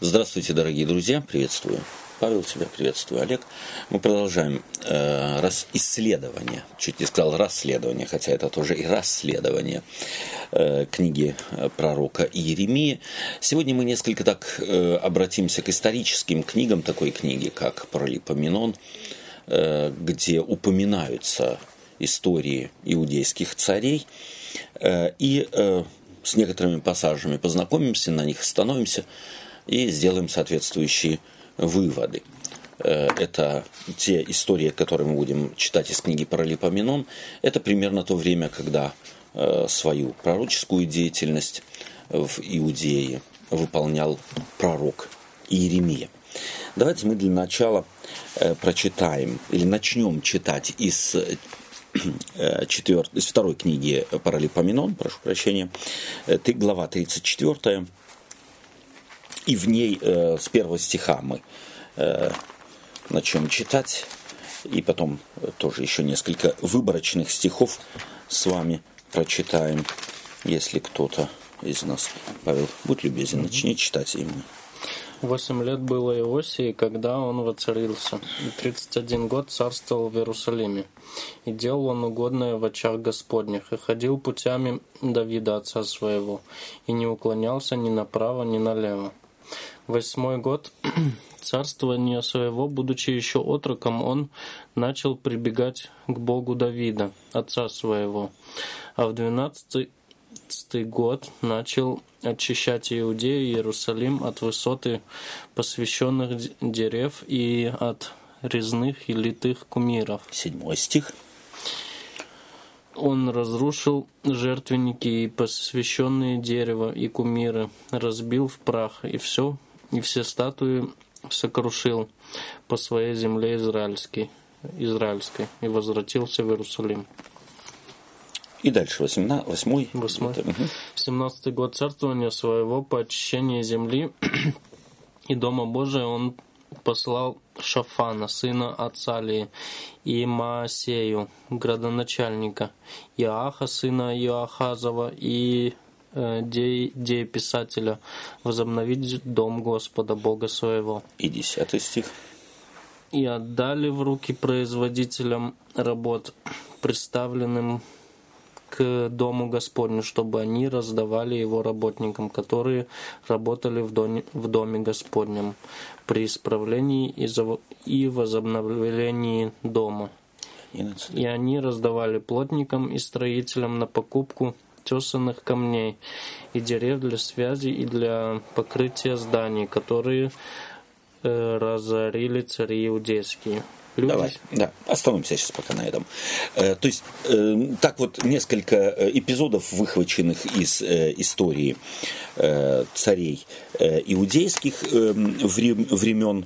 Здравствуйте, дорогие друзья, приветствую. Павел, тебя приветствую, Олег. Мы продолжаем исследование, чуть не сказал расследование, хотя это тоже и расследование книги пророка Иеремии. Сегодня мы несколько так обратимся к историческим книгам, такой книги, как Паралипоменон, где упоминаются истории иудейских царей, и с некоторыми пассажами познакомимся, на них остановимся и сделаем соответствующие выводы. Это те истории, которые мы будем читать из книги Паралипоменон. Это примерно то время, когда свою пророческую деятельность в Иудее выполнял пророк Иеремия. Давайте мы для начала прочитаем или начнем читать из второй книги Паралипоменон, прошу прощения, глава 34, и в ней с первого стиха мы начнем читать, и потом тоже еще несколько выборочных стихов с вами прочитаем, если кто-то из нас. Павел, будь любезен, начни читать, и мы. 8 лет было Иосии, когда он воцарился, и 31 год царствовал в Иерусалиме. И делал он угодное в очах Господних, и ходил путями Давида, отца своего, и не уклонялся ни направо, ни налево. 8 год царствования своего, будучи еще отроком, он начал прибегать к Богу Давида, отца своего. А в 12-й год начал очищать Иудею и Иерусалим от высоты посвященных дерев и от резных и литых кумиров. 7 стих. Он разрушил жертвенники и посвященные дерева и кумиры, разбил в прах, и все статуи сокрушил по своей земле израильской, и возвратился в Иерусалим. И дальше, 8. 17-й год царствования своего, по очищении земли и Дома Божия, он послал Шафана, сына Ацалии, и Маасею, градоначальника, Иоаха, сына Иоахазова, и дееписателя, возобновить дом Господа, Бога своего. И 10 стих. И отдали в руки производителям работ, представленным к Дому Господню, чтобы они раздавали его работникам, которые работали в Доме Господнем при исправлении и возобновлении дома. 11. И они раздавали плотникам и строителям на покупку тесанных камней и дерев для связи и для покрытия зданий, которые разорили цари иудейские. Люди. Давай, да, остановимся сейчас пока на этом. То есть, так вот несколько эпизодов, выхваченных из истории царей иудейских времен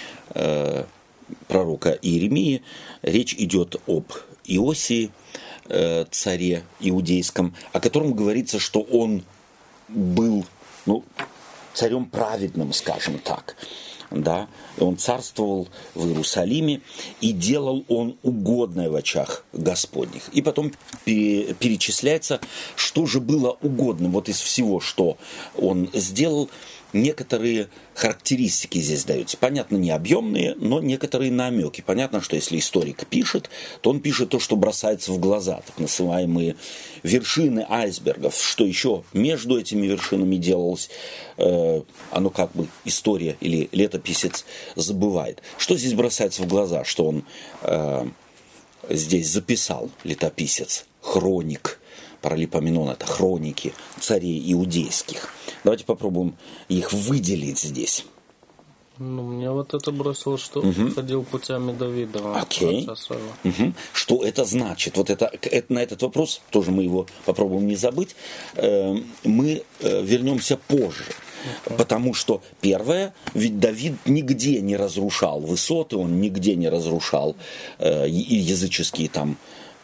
пророка Иеремии. Речь идет об Иосии, царе иудейском, о котором говорится, что он был, царем праведным, скажем так. Да, и он царствовал в Иерусалиме, и делал он угодное в очах Господних. И потом перечисляется, что же было угодным. Вот из всего, что он сделал, некоторые характеристики здесь даются. Понятно, не объемные, но некоторые намеки. Понятно, что если историк пишет, то он пишет то, что бросается в глаза, так называемые вершины айсбергов. Что еще между этими вершинами делалось, оно как бы история или летописец забывает. Что здесь бросается в глаза, что он здесь записал, летописец, хроник. Паралипоменон — это хроники царей иудейских. Давайте попробуем их выделить здесь. Мне вот это бросило, что ходил путями Давида. Окей. Что это значит? Вот это, на этот вопрос, тоже мы его попробуем не забыть, мы вернемся позже. Потому что первое, ведь Давид нигде не разрушал высоты, он нигде не разрушал языческие там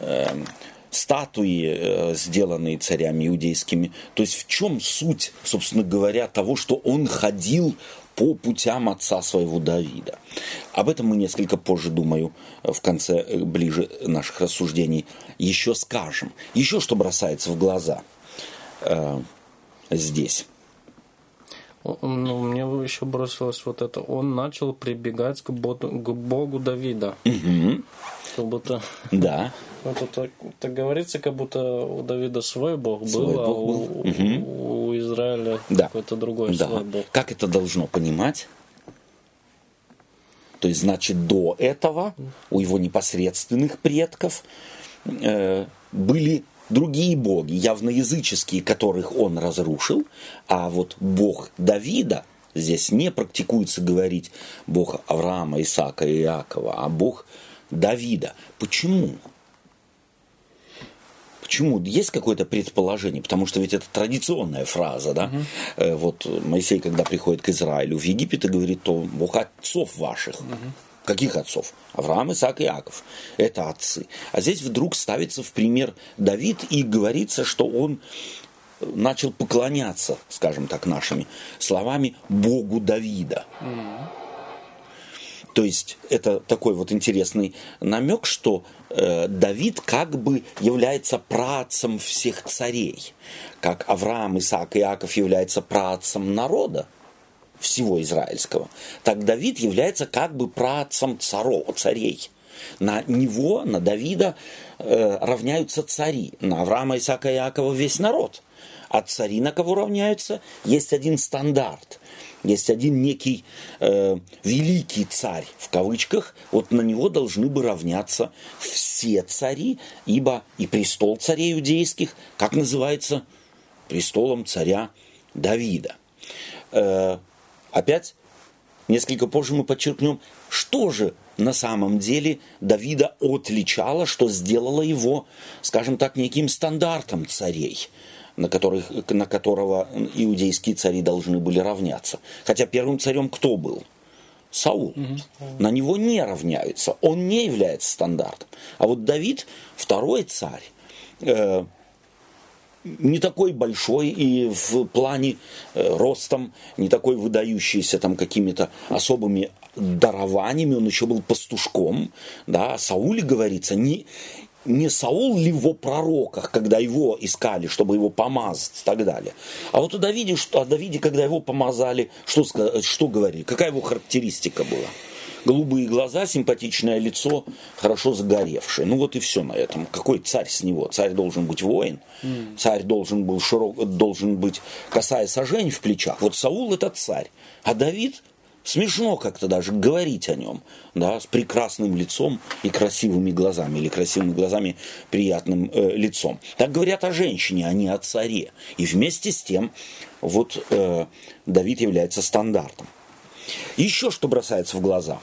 статуи, сделанные царями иудейскими. То есть в чем суть, собственно говоря, того, что он ходил по путям отца своего Давида? Об этом мы несколько позже, думаю, в конце, ближе наших рассуждений, еще скажем. Еще что бросается в глаза здесь. Ну, мне еще бросилось вот это. Он начал прибегать к Богу Давида. Как будто... Да. Вот это говорится, как будто у Давида свой Бог был, а у Израиля какой-то другой свой Бог. Как это должно понимать? То есть, значит, до этого у его непосредственных предков были другие боги, явно языческие, которых он разрушил, а вот Бог Давида, здесь не практикуется говорить Бог Авраама, Исаака и Иакова, а Бог Давида. Почему? Почему? Есть какое-то предположение? Потому что ведь это традиционная фраза, да? Вот Моисей, когда приходит к Израилю в Египет и говорит, то Бог отцов ваших. Каких отцов? Авраам, Исаак и Иаков. Это отцы. А здесь вдруг ставится в пример Давид и говорится, что он начал поклоняться, скажем так, нашими словами, Богу Давида. То есть это такой вот интересный намек, что Давид как бы является праотцем всех царей, как Авраам, Исаак и Иаков являются праотцем народа всего израильского, так Давид является как бы праотцем царей. На него, на Давида равняются цари, на Авраама, Исаака и Иакова весь народ. А цари, на кого равняются, есть один стандарт. Есть один некий великий царь, в кавычках, вот на него должны бы равняться все цари, ибо и престол царей иудейских, как называется, престолом царя Давида. Опять, несколько позже мы подчеркнем, что же на самом деле Давида отличало, что сделало его, скажем так, неким стандартом царей, на которого иудейские цари должны были равняться. Хотя первым царем кто был? Саул. На него не равняются. Он не является стандартом. А вот Давид, второй царь, не такой большой и в плане ростом, не такой выдающийся там какими-то особыми дарованиями, он еще был пастушком. Да? О Сауле говорится, не Саул ли во пророках, когда его искали, чтобы его помазать и так далее. А вот о Давиде, когда его помазали, что говорили? Какая его характеристика была? Голубые глаза, симпатичное лицо, хорошо загоревшее. Ну вот и все на этом. Какой царь с него? Царь должен быть воин. Царь должен быть косая сажень в плечах. Вот Саул это царь. А Давид, смешно как-то даже говорить о нем, да, с прекрасным лицом и красивыми глазами, или красивыми глазами, приятным лицом. Так говорят о женщине, а не о царе. И вместе с тем вот Давид является стандартом. Еще что бросается в глаза.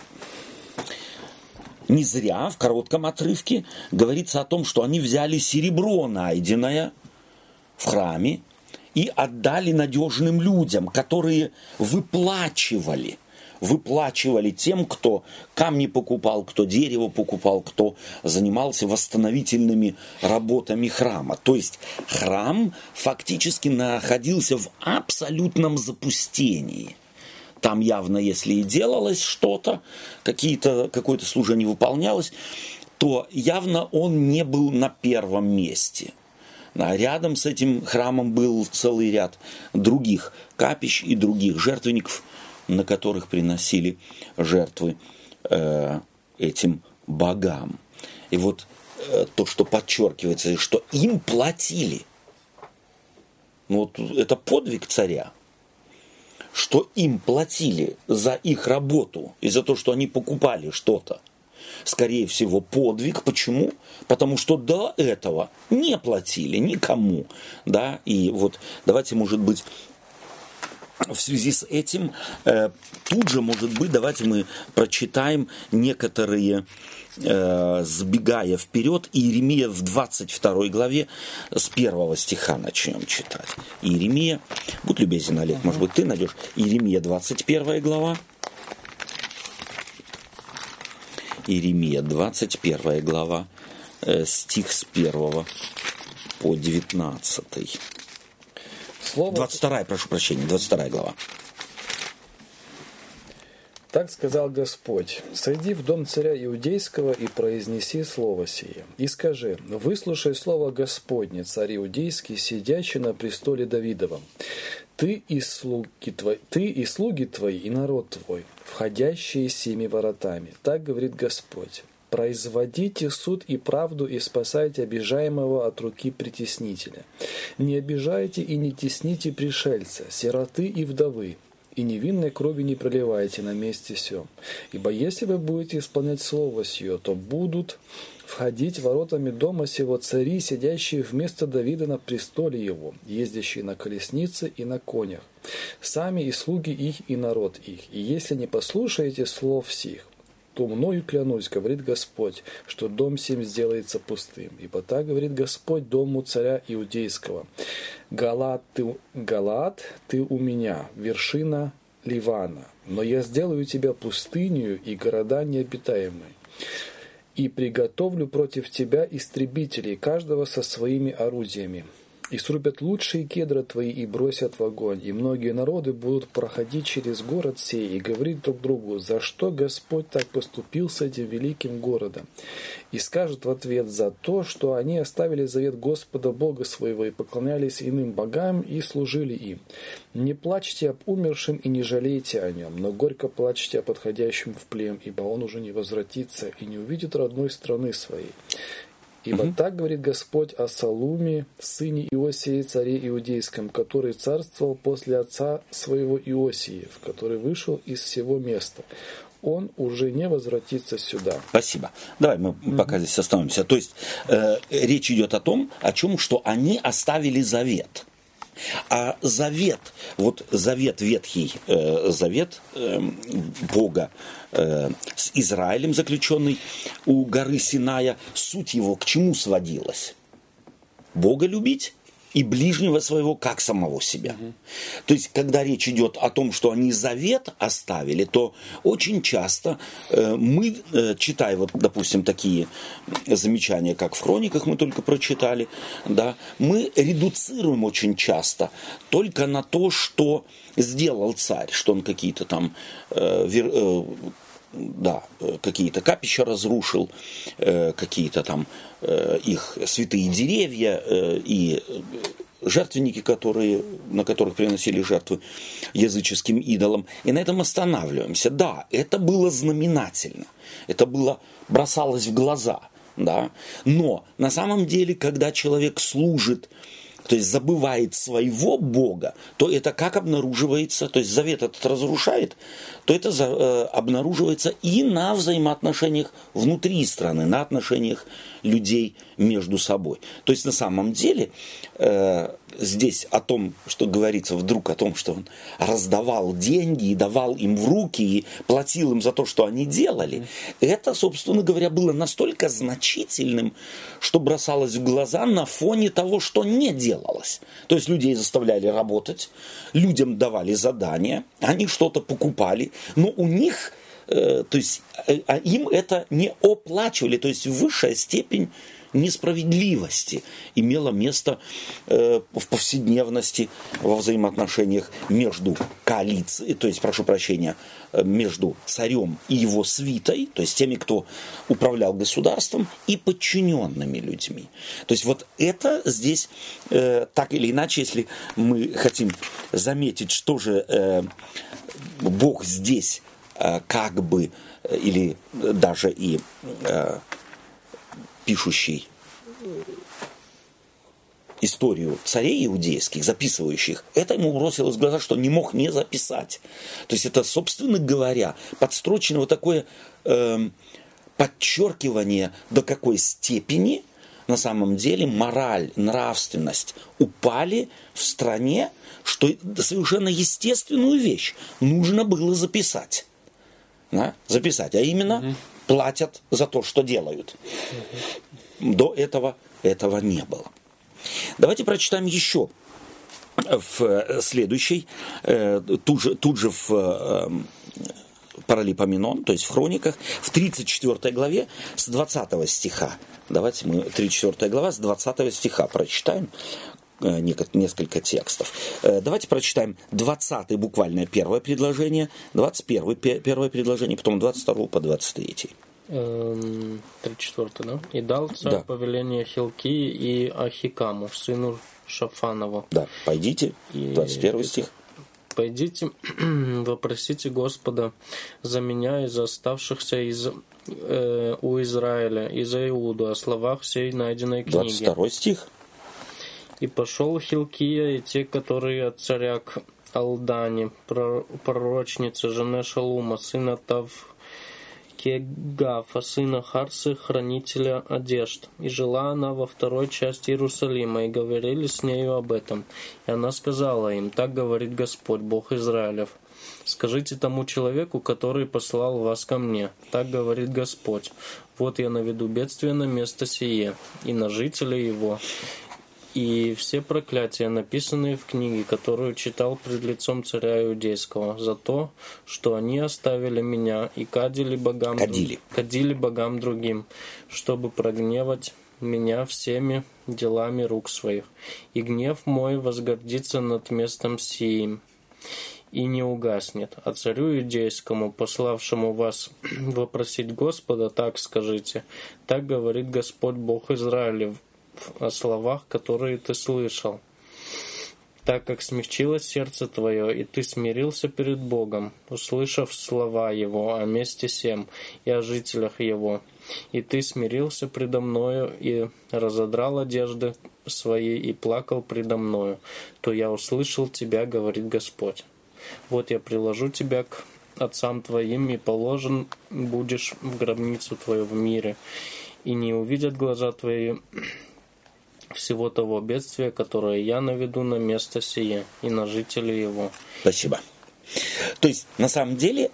Не зря в коротком отрывке говорится о том, что они взяли серебро, найденное в храме, и отдали надежным людям, которые выплачивали тем, кто камни покупал, кто дерево покупал, кто занимался восстановительными работами храма. То есть храм фактически находился в абсолютном запустении. Там явно, если и делалось что-то, какое-то служение выполнялось, то явно он не был на первом месте. А рядом с этим храмом был целый ряд других капищ и других жертвенников, на которых приносили жертвы этим богам. И вот то, что подчеркивается, что им платили. Ну, вот это подвиг царя. Что им платили за их работу и за то, что они покупали что-то. Скорее всего, подвиг. Почему? Потому что до этого не платили никому. Да? И вот давайте, может быть, в связи с этим, тут же, может быть, давайте мы прочитаем некоторые, сбегая вперед, Иеремия в 22 главе с 1 стиха начнем читать. Иеремия, будь любезен, Олег, может быть, ты найдешь. Иеремия 21 глава. Иеремия 21 глава, стих с 1 по 19. 22, прошу прощения, 22 глава. Так сказал Господь: «Сойди в дом царя Иудейского и произнеси слово сие. И скажи: выслушай слово Господне, царь Иудейский, сидящий на престоле Давидовом. ты и слуги твои, и народ твой, входящие семи воротами. Так говорит Господь. Производите суд и правду и спасайте обижаемого от руки притеснителя. Не обижайте и не тесните пришельца, сироты и вдовы, и невинной крови не проливайте на месте сём. Ибо если вы будете исполнять слово сие, то будут входить воротами дома сего цари, сидящие вместо Давида на престоле его, ездящие на колеснице и на конях, сами и слуги их, и народ их. И если не послушаете слов сих, то мною клянусь, говорит Господь, что дом сим сделается пустым. Ибо так говорит Господь дому царя Иудейского. Галаат, ты у меня, вершина Ливана, но я сделаю тебя пустынью и города необитаемые. И приготовлю против тебя истребителей, каждого со своими орудиями. И срубят лучшие кедры твои и бросят в огонь. И многие народы будут проходить через город сей и говорить друг другу, за что Господь так поступил с этим великим городом. И скажут в ответ, за то, что они оставили завет Господа Бога своего и поклонялись иным богам и служили им. Не плачьте об умершем и не жалейте о нем, но горько плачьте о подходящем в плен, ибо он уже не возвратится и не увидит родной страны своей. Ибо так говорит Господь о Салуме, сыне Иосии, царе Иудейском, который царствовал после отца своего Иосии, в который вышел из всего места. Он уже не возвратится сюда. Спасибо. Давай мы пока здесь остановимся. То есть речь идет о том, о чем, что они оставили завет. А завет, вот завет ветхий, завет Бога с Израилем, заключенный у горы Синая, суть его к чему сводилась? Бога любить и ближнего своего как самого себя. То есть, когда речь идет о том, что они завет оставили, то очень часто мы, читая, вот, допустим, такие замечания, как в хрониках мы только прочитали, да, мы редуцируем очень часто только на то, что сделал царь, что он какие-то там какие-то капища разрушил, какие-то там их святые деревья и жертвенники, на которых приносили жертвы языческим идолам. И на этом останавливаемся. Да, это было знаменательно. Это бросалось в глаза. Да? Но на самом деле, когда человек служит, то есть забывает своего Бога, то это как обнаруживается, то есть завет этот разрушает, то это обнаруживается и на взаимоотношениях внутри страны, на отношениях людей между собой. То есть на самом деле здесь о том, что говорится вдруг о том, что он раздавал деньги и давал им в руки и платил им за то, что они делали, это, собственно говоря, было настолько значительным, что бросалось в глаза на фоне того, что не делалось. То есть людей заставляли работать, людям давали задания, они что-то покупали, но у них, то есть им это не оплачивали, то есть высшая степень несправедливости имела место в повседневности во взаимоотношениях между коалицией, то есть, прошу прощения, между царем и его свитой, то есть теми, кто управлял государством, и подчиненными людьми. То есть вот это здесь, так или иначе, если мы хотим заметить, что же Бог здесь как бы, или даже и пишущий историю царей иудейских, записывающих, это ему бросилось в глаза, что не мог не записать. То есть это, собственно говоря, подстрочено вот такое подчеркивание, до какой степени на самом деле мораль, нравственность упали в стране, что совершенно естественную вещь нужно было записать. Да? Записать, а именно платят за то, что делают. До этого не было. Давайте прочитаем еще в следующей, тут же в Паралипоменон, то есть в Хрониках, в 34 главе с 20 стиха. Давайте мы 34 глава с 20 стиха прочитаем несколько текстов. Давайте прочитаем 20 буквальное первое предложение, 21 первое предложение, потом 22 по 23. 34, да? «И дал царь повеление Хилкии и Ахикаму, сыну Шафанову». Да, пойдите, 21 стих. «Пойдите, вопросите Господа за меня и за оставшихся у Израиля, и за Иуду о словах всей найденной книги». 22 стих. «И пошел Хилкия и те, которые от царя к Алдане, пророчнице, жене Шалума, сына Тавкегафа, сына Харсы, хранителя одежд. И жила она во второй части Иерусалима, и говорили с нею об этом. И она сказала им: так говорит Господь, Бог Израилев. Скажите тому человеку, который послал вас ко мне: так говорит Господь. Вот я наведу бедствие на место сие, и на жителей его, и все проклятия, написанные в книге, которую читал пред лицом царя Иудейского, за то, что они оставили меня и кадили богам другим, чтобы прогневать меня всеми делами рук своих. И гнев мой возгордится над местом сиим, и не угаснет. А царю Иудейскому, пославшему вас вопросить Господа, так скажите: так говорит Господь Бог Израилев о словах, которые ты слышал. Так как смягчилось сердце твое, и ты смирился перед Богом, услышав слова Его о месте сем и о жителях Его, и ты смирился предо мною и разодрал одежды свои и плакал предо мною, то я услышал тебя, говорит Господь. Вот я приложу тебя к отцам твоим, и положен будешь в гробницу твою в мире, и не увидят глаза твои всего того бедствия, которое я наведу на место сие и на жителей его». Спасибо. То есть, на самом деле,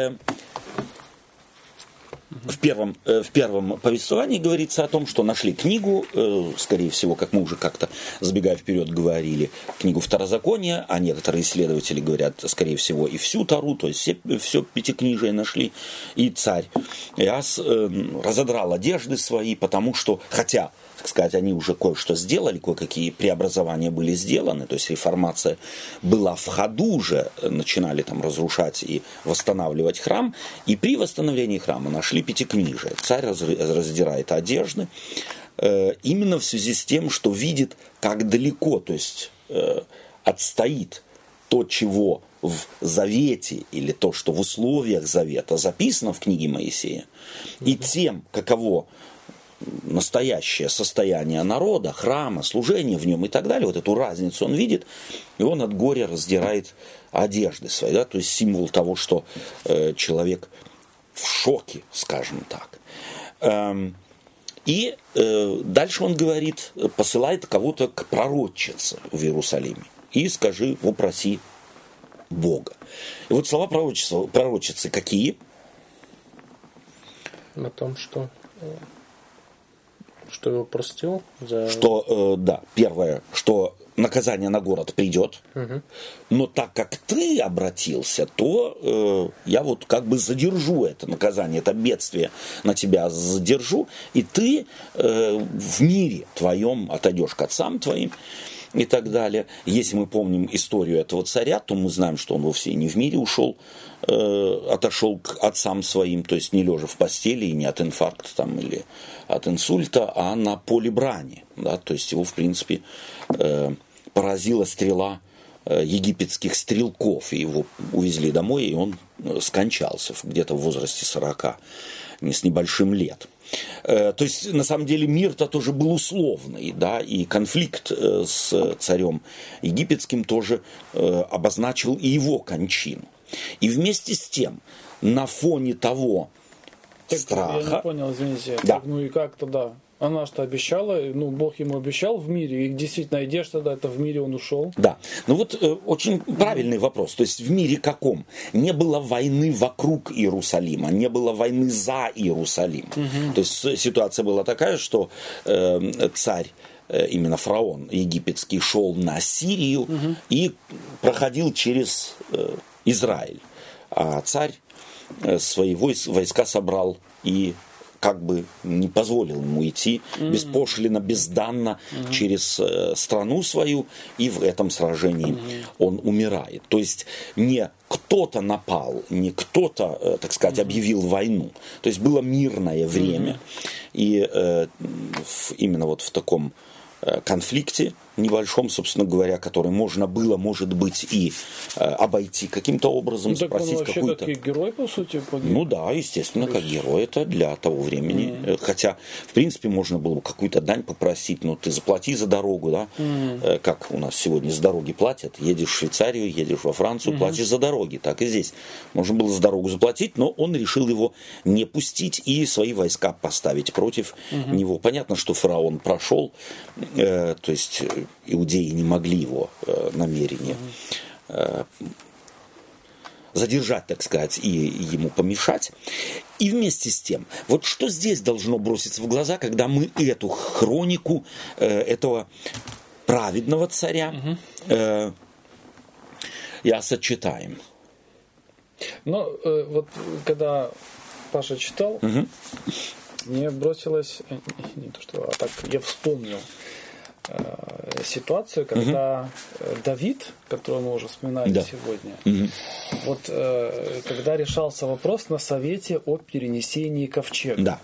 в первом повествовании говорится о том, что нашли книгу, скорее всего, как мы уже как-то, забегая вперед, говорили, книгу Второзакония, а некоторые исследователи говорят, скорее всего, и всю Тору, то есть все пятикнижие нашли, и царь Иас разодрал одежды свои, потому что, хотя, так сказать, они уже кое-что сделали, кое-какие преобразования были сделаны, то есть реформация была в ходу уже, начинали там разрушать и восстанавливать храм, и при восстановлении храма нашли пятикнижие. Царь раздирает одежды, именно в связи с тем, что видит, как далеко, то есть отстоит то, чего в Завете, или то, что в условиях Завета записано в книге Моисея, и тем, каково настоящее состояние народа, храма, служения в нем и так далее, вот эту разницу он видит, и он от горя раздирает одежды свои, да, то есть символ того, что человек в шоке, скажем так. И дальше он говорит, посылает кого-то к пророчице в Иерусалиме, и скажи, вопроси Бога. И вот слова пророчицы какие? О том, что его простил за... Что, да, первое, что наказание на город придет, но так как ты обратился, то я вот как бы задержу это наказание, это бедствие на тебя задержу, и ты в мире твоем отойдешь к отцам твоим и так далее. Если мы помним историю этого царя, то мы знаем, что он вовсе не в мире ушел, отошел к отцам своим, то есть не лежа в постели и не от инфаркта там, или от инсульта, а на поле брани. Да? То есть его, в принципе, поразила стрела египетских стрелков, и его увезли домой, и он скончался где-то в возрасте 40 с небольшим лет. То есть, на самом деле, мир-то тоже был условный, да, и конфликт с царем египетским тоже обозначил и его кончину. И вместе с тем, на фоне того страха... Я не понял, извините. Да. Ну и как тогда? Она что обещала, Бог ему обещал в мире, и действительно, идешь тогда, это в мире он ушел. Да, вот очень правильный вопрос. То есть в мире каком? Не было войны вокруг Иерусалима, не было войны за Иерусалим. То есть ситуация была такая, что царь, именно фараон египетский, шел на Сирию и проходил через Израиль. А царь свои войска собрал и как бы не позволил ему идти беспошлино, безданно через страну свою, и в этом сражении он умирает. То есть не кто-то напал, не кто-то, так сказать, объявил войну. То есть было мирное время, и именно вот в таком конфликте небольшом, собственно говоря, который можно было, может быть, и обойти каким-то образом, ну, спросить так он вообще какую-то... как и герой, по сути, погиб. Ну да, естественно, как герой это для того времени. Хотя, в принципе, можно было бы какую-то дань попросить, но ты заплати за дорогу, да? Как у нас сегодня за дороги платят. Едешь в Швейцарию, едешь во Францию, платишь за дороги. Так и здесь. Можно было за дорогу заплатить, но он решил его не пустить и свои войска поставить против него. Понятно, что фараон прошел, то есть иудеи не могли его намерение задержать, так сказать, и ему помешать. И вместе с тем, вот что здесь должно броситься в глаза, когда мы эту хронику этого праведного царя сочетаем. Но вот когда Паша читал, мне бросилось, не то что, а так я вспомнил ситуацию, когда Давид, которого мы уже вспоминали сегодня, вот когда решался вопрос на совете о перенесении ковчега.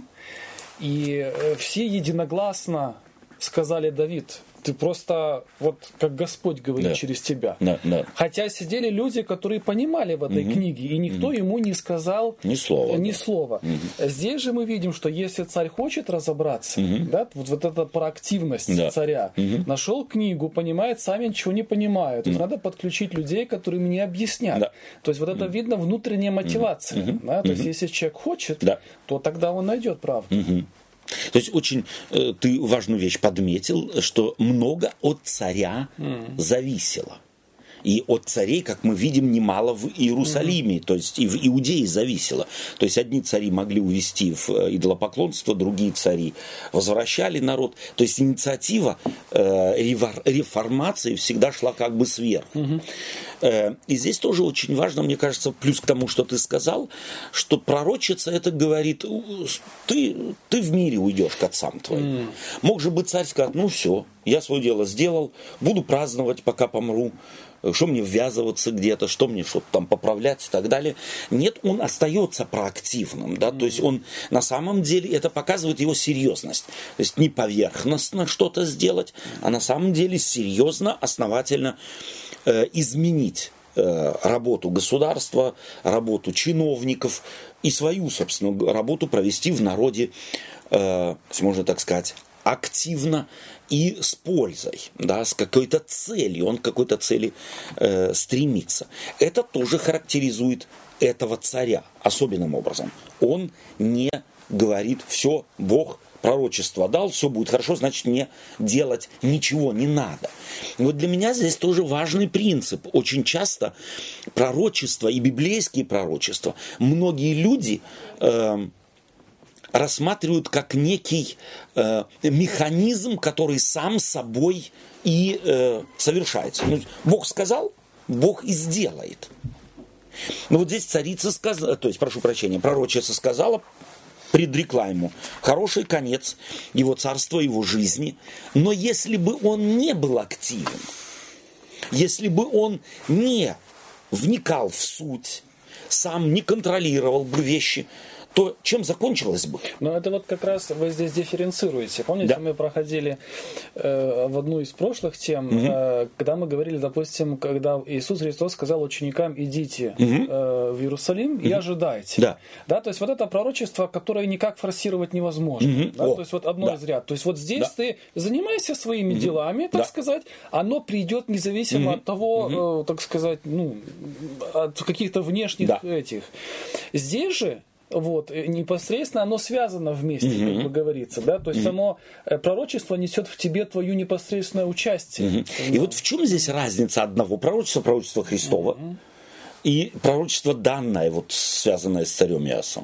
И все единогласно сказали: Давид, ты просто, вот как Господь говорит через тебя. Хотя сидели люди, которые понимали в этой книге, и никто ему не сказал ни слова. Здесь же мы видим, что если царь хочет разобраться, да, вот эта проактивность царя, нашел книгу, понимает, сами ничего не понимают. То есть надо подключить людей, которые мне объяснят. То есть вот это видно внутренняя мотивация. Да? То есть если человек хочет, то тогда он найдет правду. То есть очень ты важную вещь подметил, что много от царя зависело. И от царей, как мы видим, немало в Иерусалиме, то есть и в Иудее зависело. То есть одни цари могли увести в идолопоклонство, другие цари возвращали народ. То есть инициатива реформации всегда шла как бы сверху. И здесь тоже очень важно, мне кажется, плюс к тому, что ты сказал, что пророчица это говорит: ты в мире уйдешь к отцам твоим. Мог же бы царь сказать: ну все, я свое дело сделал, буду праздновать, пока помру. Что мне ввязываться где-то, что мне что-то там поправлять и так далее. Нет, он остается проактивным. Да? То есть он на самом деле, это показывает его серьезность. То есть не поверхностно что-то сделать, а на самом деле серьезно, основательно изменить работу государства, работу чиновников и свою, собственно, работу провести в народе, если можно так сказать, активно и с пользой, да, с какой-то целью, он к какой-то цели стремится. Это тоже характеризует этого царя особенным образом. Он не говорит: все, Бог пророчество дал, все будет хорошо, значит мне делать ничего не надо. И вот для меня здесь тоже важный принцип. Очень часто пророчество и библейские пророчества многие люди рассматривают как некий механизм, который сам собой и совершается. Ну, Бог сказал, Бог и сделает. Но вот здесь царица сказала, то есть, прошу прощения, пророчица сказала, предрекла ему хороший конец его царства, его жизни. Но если бы он не был активен, если бы он не вникал в суть, сам не контролировал бы вещи, то чем закончилось бы? Но это вот как раз вы здесь дифференцируете. Помните, мы проходили в одну из прошлых тем, когда мы говорили, допустим, когда Иисус Христос сказал ученикам: идите в Иерусалим и ожидайте. Да, то есть вот это пророчество, которое никак форсировать невозможно. Да? То есть вот одно из ряд. То есть вот здесь ты занимайся своими делами, так сказать, оно придет независимо от того, так сказать, ну, от каких-то внешних этих. Здесь же вот, непосредственно оно связано вместе, как бы говорится, да, то есть само пророчество несет в тебе твою непосредственное участие. И вот в чем здесь разница одного пророчества, пророчества Христова, и пророчество данное, вот связанное с царем Иосом?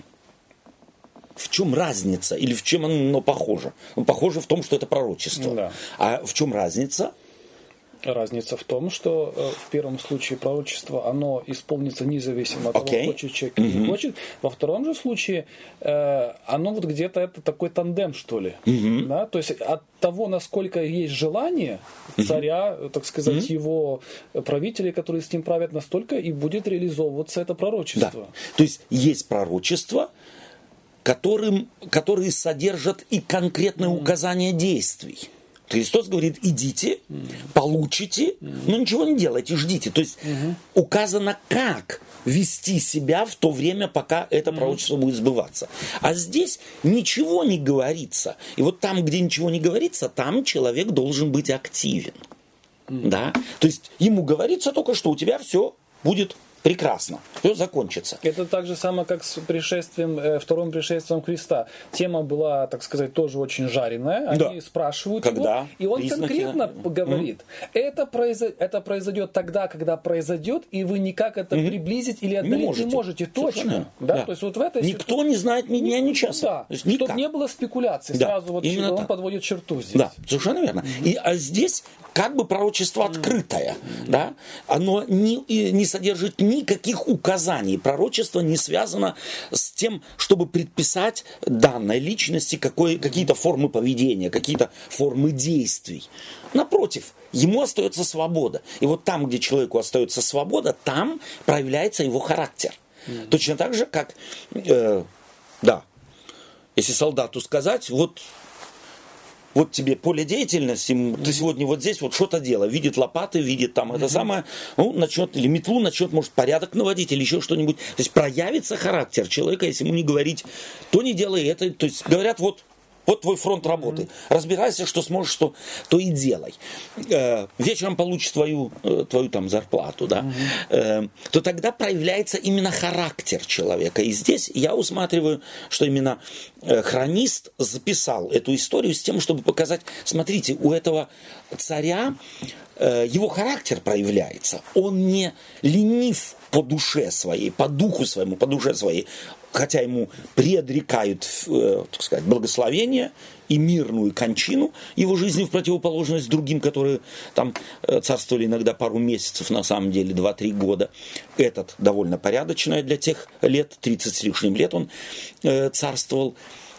В чем разница или в чем оно похоже? Ну, похоже в том, что это пророчество. А в чем разница? Разница в том, что в первом случае пророчество, оно исполнится независимо от того, хочет человек или не хочет. Во втором же случае оно вот где-то это такой тандем, что ли. Да? То есть от того, насколько есть желание царя, так сказать, его правителей, которые с ним правят, настолько и будет реализовываться это пророчество. Да. То есть есть пророчество, которые содержат и конкретные указания действий. Христос говорит, идите, получите, но ничего не делайте, ждите. То есть указано, как вести себя в то время, пока это пророчество будет сбываться. А здесь ничего не говорится. И вот там, где ничего не говорится, там человек должен быть активен. Да? То есть ему говорится только, что у тебя все будет прекрасно, все закончится. Это так же самое, как с вторым пришествием Христа. Тема была, так сказать, тоже очень жареная. Они спрашивают его, и он конкретно говорит, это произойдет тогда, когда произойдет, и вы никак это приблизить или отдалить не можете. Точно. Да? То есть вот в этой никто не знает ни дня, ни часа. Да. Чтобы не было спекуляций. Сразу вот он подводит черту здесь. Да, совершенно верно. А здесь как бы пророчество открытое, да? Оно не содержит никаких указаний. Пророчество не связано с тем, чтобы предписать данной личности какие-то формы поведения, какие-то формы действий. Напротив, ему остается свобода. И вот там, где человеку остается свобода, там проявляется его характер. Точно так же, как, если солдату сказать, вот тебе поле деятельности, ты сегодня вот здесь вот что-то делай, видит лопаты, видит там это самое, начнет, или метлу начнет, может, порядок наводить, или еще что-нибудь. То есть проявится характер человека, если ему не говорить, то не делай это. То есть говорят, вот твой фронт работы. Разбирайся, что сможешь, то и делай. Вечером получишь твою там зарплату, да? То тогда проявляется именно характер человека. И здесь я усматриваю, что именно хронист записал эту историю с тем, чтобы показать, смотрите, у этого царя его характер проявляется. Он не ленив по душе своей, по духу своему, по душе своей. Хотя ему предрекают, так сказать, благословение и мирную кончину его жизни в противоположность другим, которые там царствовали иногда пару месяцев, на самом деле 2-3 года. Этот довольно порядочный для тех лет, 30 с лишним лет он царствовал.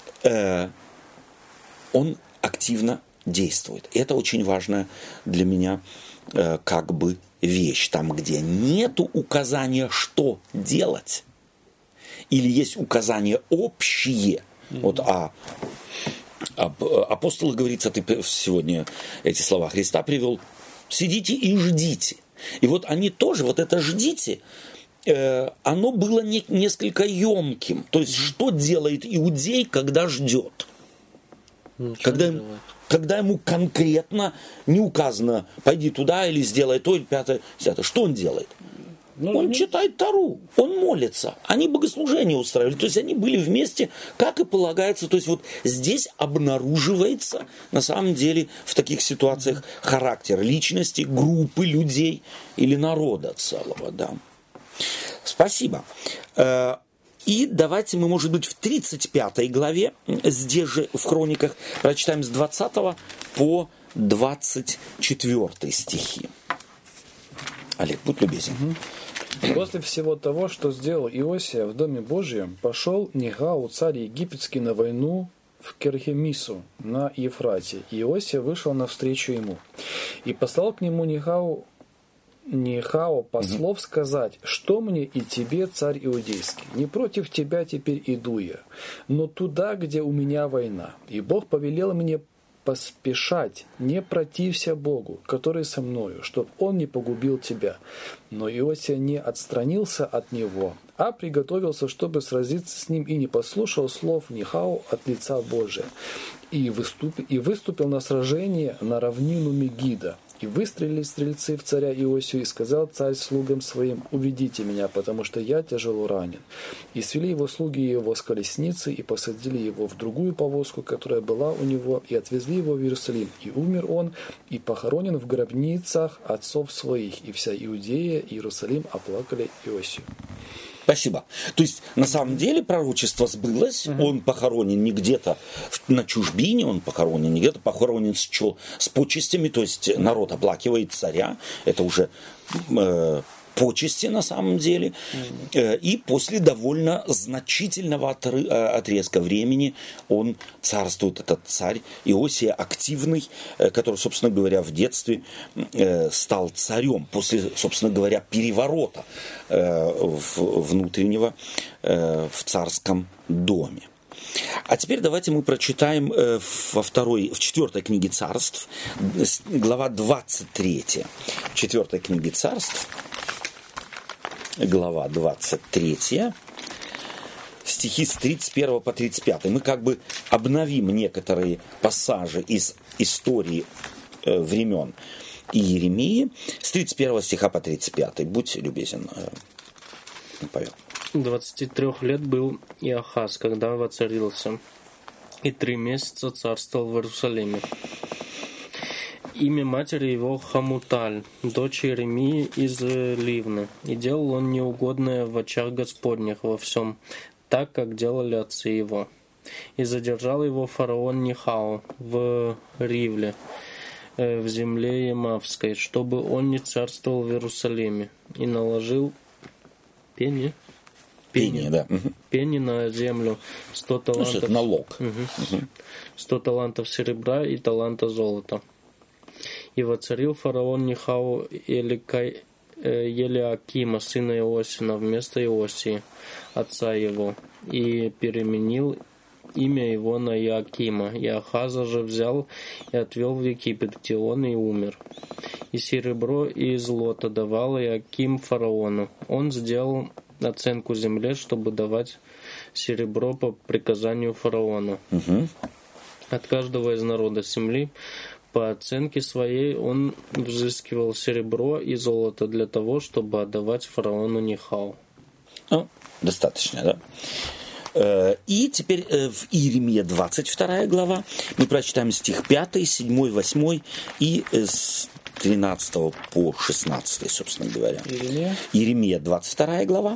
Он активно действует. И это очень важная для меня как бы вещь. Там, где нету указания, что делать, или есть указания общие. Вот об апостолах говорится, ты сегодня эти слова Христа привел, сидите и ждите. И вот они тоже, вот это ждите, оно было несколько емким. То есть, что делает иудей, когда ждет? Когда ему конкретно не указано, пойди туда или сделай то, или пятое, десятое. Что он делает? Он читает Тору, он молится, они богослужения устраивали, то есть они были вместе, как и полагается. То есть вот здесь обнаруживается на самом деле в таких ситуациях характер личности, группы людей или народа целого. Да. Спасибо. И давайте мы, может быть, в 35 главе, здесь же в Хрониках, прочитаем с 20 по 24 стихи. Олег, будь любезен. После всего того, что сделал Иосия в Доме Божьем, пошел Нехау, царь египетский, на войну в Керхемису на Ефрате. Иосия вышел навстречу ему. И послал к нему Нехао послов сказать, что мне и тебе, царь иудейский, не против тебя теперь иду я, но туда, где у меня война. И Бог повелел мне поспешать, не протився Богу, который со мною, чтоб он не погубил тебя. Но Иосия не отстранился от него, а приготовился, чтобы сразиться с ним, и не послушал слов Нехау от лица Божия. И выступил на сражение на равнину Мегида. И выстрелили стрельцы в царя Иосию, и сказал царь слугам своим: уведите меня, потому что я тяжело ранен. И свели его слуги его с колесницы, и посадили его в другую повозку, которая была у него, и отвезли его в Иерусалим. И умер он, и похоронен в гробницах отцов своих. И вся Иудея и Иерусалим оплакали Иосию. Спасибо. То есть, на самом деле, пророчество сбылось, он похоронен не где-то на чужбине, он похоронен не где-то, похоронен с почестями, то есть народ оплакивает царя, это уже почести на самом деле, и после довольно значительного отрезка времени он царствует, этот царь Иосия активный, который, собственно говоря, в детстве стал царем после, собственно говоря, переворота внутреннего в царском доме. А теперь давайте мы прочитаем в 4 книге Царств, глава 23. В 4 книге Царств, глава 23, стихи с 31 по 35. Мы как бы обновим некоторые пассажи из истории времен Иеремии с 31 стиха по 35. Будьте любезен, Павел. 23 лет был Иохас, когда воцарился, и 3 месяца царствовал в Иерусалиме. Имя матери его Хамуталь, дочь Иеремии из Ливны. И делал он неугодное в очах Господних во всем, так, как делали отцы его. И задержал его фараон Нихау в Ривле, в земле Ямавской, чтобы он не царствовал в Иерусалиме. И наложил пени на землю 100 талантов. Это налог. 100 талантов серебра и таланта золота. И воцарил фараон Нихау Елиакима, сына Иосина, вместо Иосии, отца его, и переменил имя его на Иоакима. Иохаза же взял и отвел в Египет, где он и умер. И серебро, и злото давал Иоаким фараону. Он сделал оценку земле, чтобы давать серебро по приказанию фараона. От каждого из народа земли по оценке своей он взыскивал серебро и золото для того, чтобы отдавать фараону Нихау. Достаточно, да? И теперь в Иеремии 22 глава мы прочитаем стих 5, 7, 8 и с 13 по 16, собственно говоря. Иеремия 22 глава,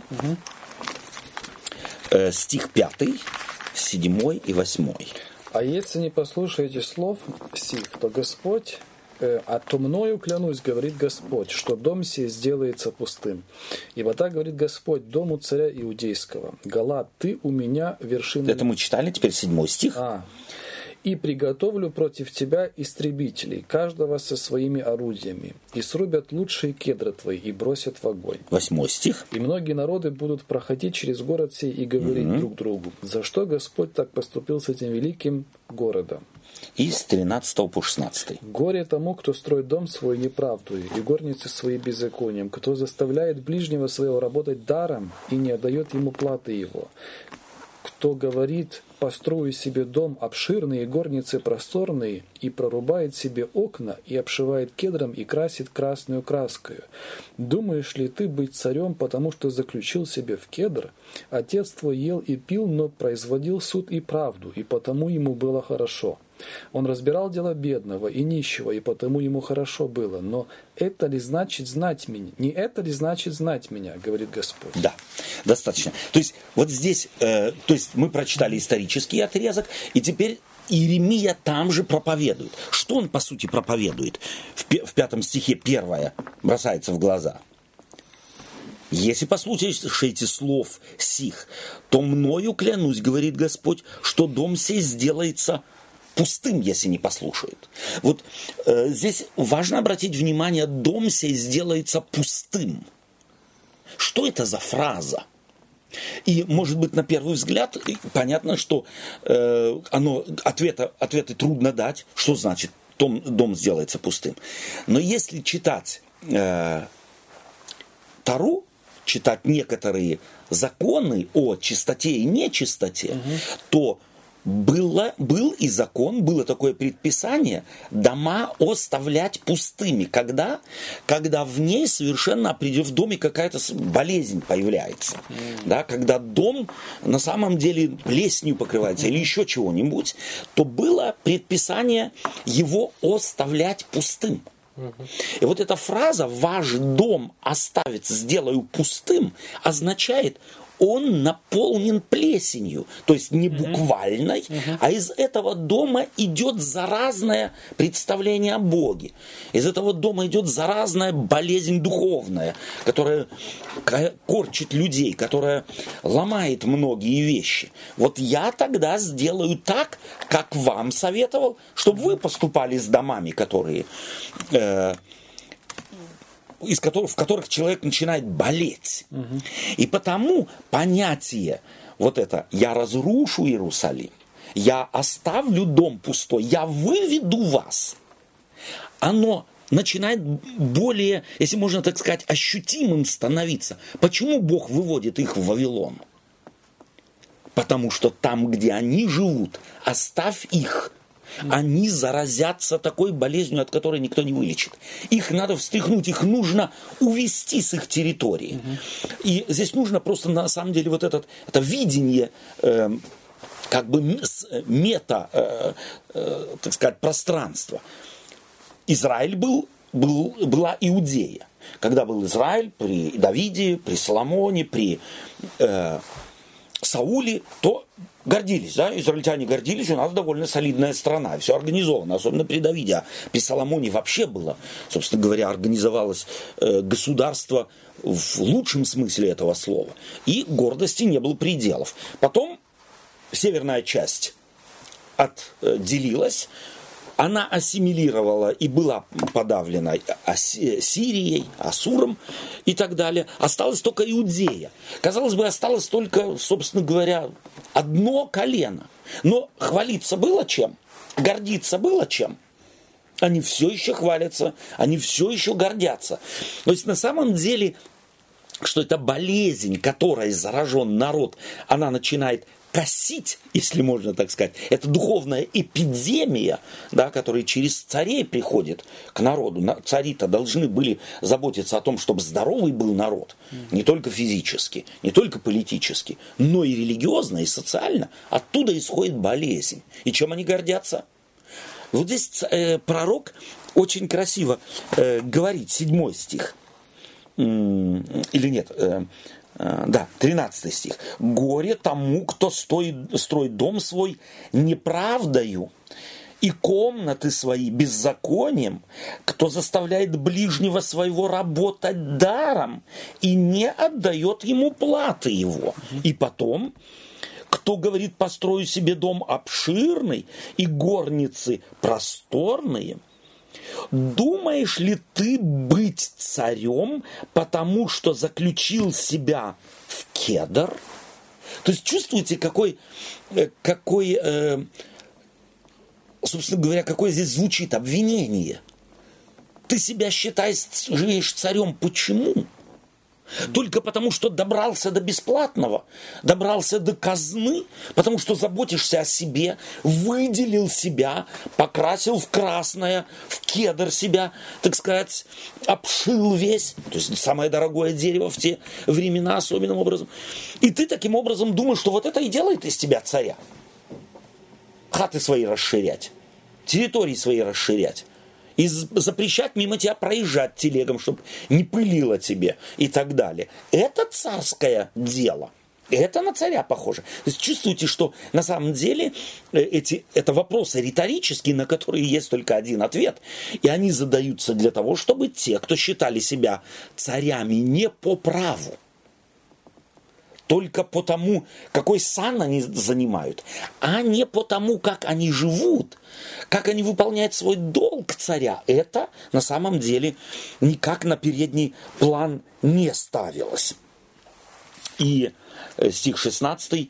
стих 5, 7 и 8. А если не послушаете слов сих, то Господь, а то мною клянусь, говорит Господь, что дом сей сделается пустым. Ибо так говорит Господь дому царя Иудейского. Галат, ты у меня вершина... Это мы читали, теперь 7 стих. И приготовлю против тебя истребителей, каждого со своими орудиями, и срубят лучшие кедры твои, и бросят в огонь. 8 стих. И многие народы будут проходить через город сей и говорить друг другу, за что Господь так поступил с этим великим городом. И с 13 по 16. Горе тому, кто строит дом свой неправдою, и горницы свои беззаконием, кто заставляет ближнего своего работать даром и не отдает ему платы его. Кто говорит, построю себе дом обширный и горницы просторные, и прорубает себе окна, и обшивает кедром, и красит красную краскою. Думаешь ли ты быть царем, потому что заключил себе в кедр? Отец твой ел и пил, но производил суд и правду, и потому ему было хорошо. Он разбирал дело бедного и нищего, и потому ему хорошо было. Но это ли значит знать меня? Не это ли значит знать меня, говорит Господь? Да, достаточно. То есть вот здесь, мы прочитали исторический отрезок, и теперь Иеремия там же проповедует. Что он, по сути, проповедует? В 5 стихе первое бросается в глаза. Если послушаете слов сих, то мною клянусь, говорит Господь, что дом сей сделается пустым, если не послушают. Вот здесь важно обратить внимание, дом сей сделается пустым. Что это за фраза? И, может быть, на первый взгляд понятно, что ответы трудно дать. Что значит дом сделается пустым? Но если читать Тору, читать некоторые законы о чистоте и нечистоте, то был и закон, было такое предписание дома оставлять пустыми. Когда в ней совершенно в доме какая-то болезнь появляется. Да, когда дом на самом деле плесенью покрывается или еще чего-нибудь, то было предписание его оставлять пустым. И вот эта фраза «ваш дом оставить, сделаю пустым» означает он наполнен плесенью. То есть не буквальной, а из этого дома идет заразное представление о Боге. Из этого дома идет заразная болезнь духовная, которая корчит людей, которая ломает многие вещи. Вот я тогда сделаю так, как вам советовал, чтобы вы поступали с домами, которые... в которых человек начинает болеть. И потому понятие вот это «я разрушу Иерусалим», «я оставлю дом пустой», «я выведу вас», оно начинает более, если можно так сказать, ощутимым становиться. Почему Бог выводит их в Вавилон? Потому что там, где они живут, оставь их. Они заразятся такой болезнью, от которой никто не вылечит. Их надо встряхнуть, их нужно увести с их территории. И здесь нужно просто на самом деле вот это видение как бы мета, так сказать, пространства. Израиль была Иудея. Когда был Израиль при Давиде, при Соломоне, при Сауле, то гордились, да, израильтяне гордились, у нас довольно солидная страна, все организовано, особенно при Давиде, а при Соломоне вообще было, собственно говоря, организовалось государство в лучшем смысле этого слова, и гордости не было пределов. Потом северная часть отделилась, она ассимилировала и была подавлена Сирией, Ассуром и так далее. Осталась только Иудея. Казалось бы, осталось только, собственно говоря, одно колено. Но хвалиться было чем? Гордиться было чем? Они все еще хвалятся, они все еще гордятся. То есть на самом деле, что это болезнь, которой заражен народ, она начинает косить, если можно так сказать. Это духовная эпидемия, да, которая через царей приходит к народу. Цари-то должны были заботиться о том, чтобы здоровый был народ. Не только физически, не только политически, но и религиозно, и социально. Оттуда исходит болезнь. И чем они гордятся? Вот здесь пророк очень красиво говорит, 7 стих. Или нет... 13 стих. «Горе тому, кто строит дом свой неправдою, и комнаты свои беззаконием, кто заставляет ближнего своего работать даром и не отдает ему платы его». И потом, кто говорит: «Построю себе дом обширный и горницы просторные». Думаешь ли ты быть царем, потому что заключил себя в кедр? То есть чувствуете, какой, собственно говоря, какое здесь звучит обвинение? Ты себя считаешь царем почему? Только потому, что добрался до бесплатного, добрался до казны, потому что заботишься о себе, выделил себя, покрасил в красное, в кедр себя, так сказать, обшил весь, то есть самое дорогое дерево в те времена особенным образом. И ты таким образом думаешь, что вот это и делает из тебя царя. Хаты свои расширять, территории свои расширять. И запрещать мимо тебя проезжать телегам, чтобы не пылило тебе и так далее. Это царское дело. Это на царя похоже. То есть чувствуете, что на самом деле это вопросы риторические, на которые есть только один ответ. И они задаются для того, чтобы те, кто считали себя царями не по праву, только по тому, какой сан они занимают, а не по тому, как они живут, как они выполняют свой долг царя. Это на самом деле никак на передний план не ставилось. И стих 16,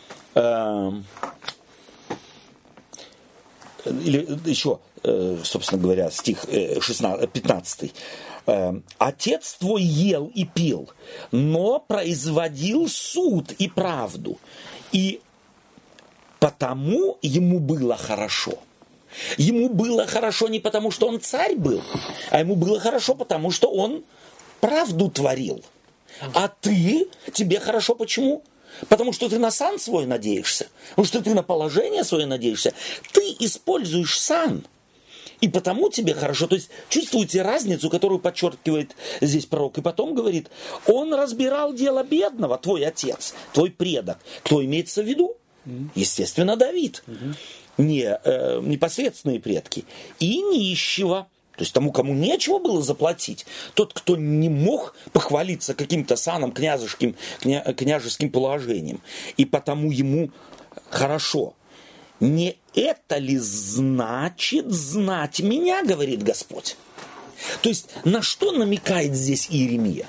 или еще, собственно говоря, стих 15. «Отец твой ел и пил, но производил суд и правду, и потому ему было хорошо». Ему было хорошо не потому, что он царь был, а ему было хорошо потому, что он правду творил. А тебе хорошо почему? Потому что ты на сан свой надеешься, потому что ты на положение свое надеешься. Ты используешь сан. И потому тебе хорошо. То есть чувствуете разницу, которую подчеркивает здесь пророк. И потом говорит, он разбирал дело бедного, твой отец, твой предок. Кто имеется в виду? Естественно, Давид. Непосредственные предки. И нищего. То есть тому, кому нечего было заплатить. Тот, кто не мог похвалиться каким-то саном, княжеским положением. И потому ему хорошо. Не это ли значит знать меня, говорит Господь? То есть на что намекает здесь Иеремия?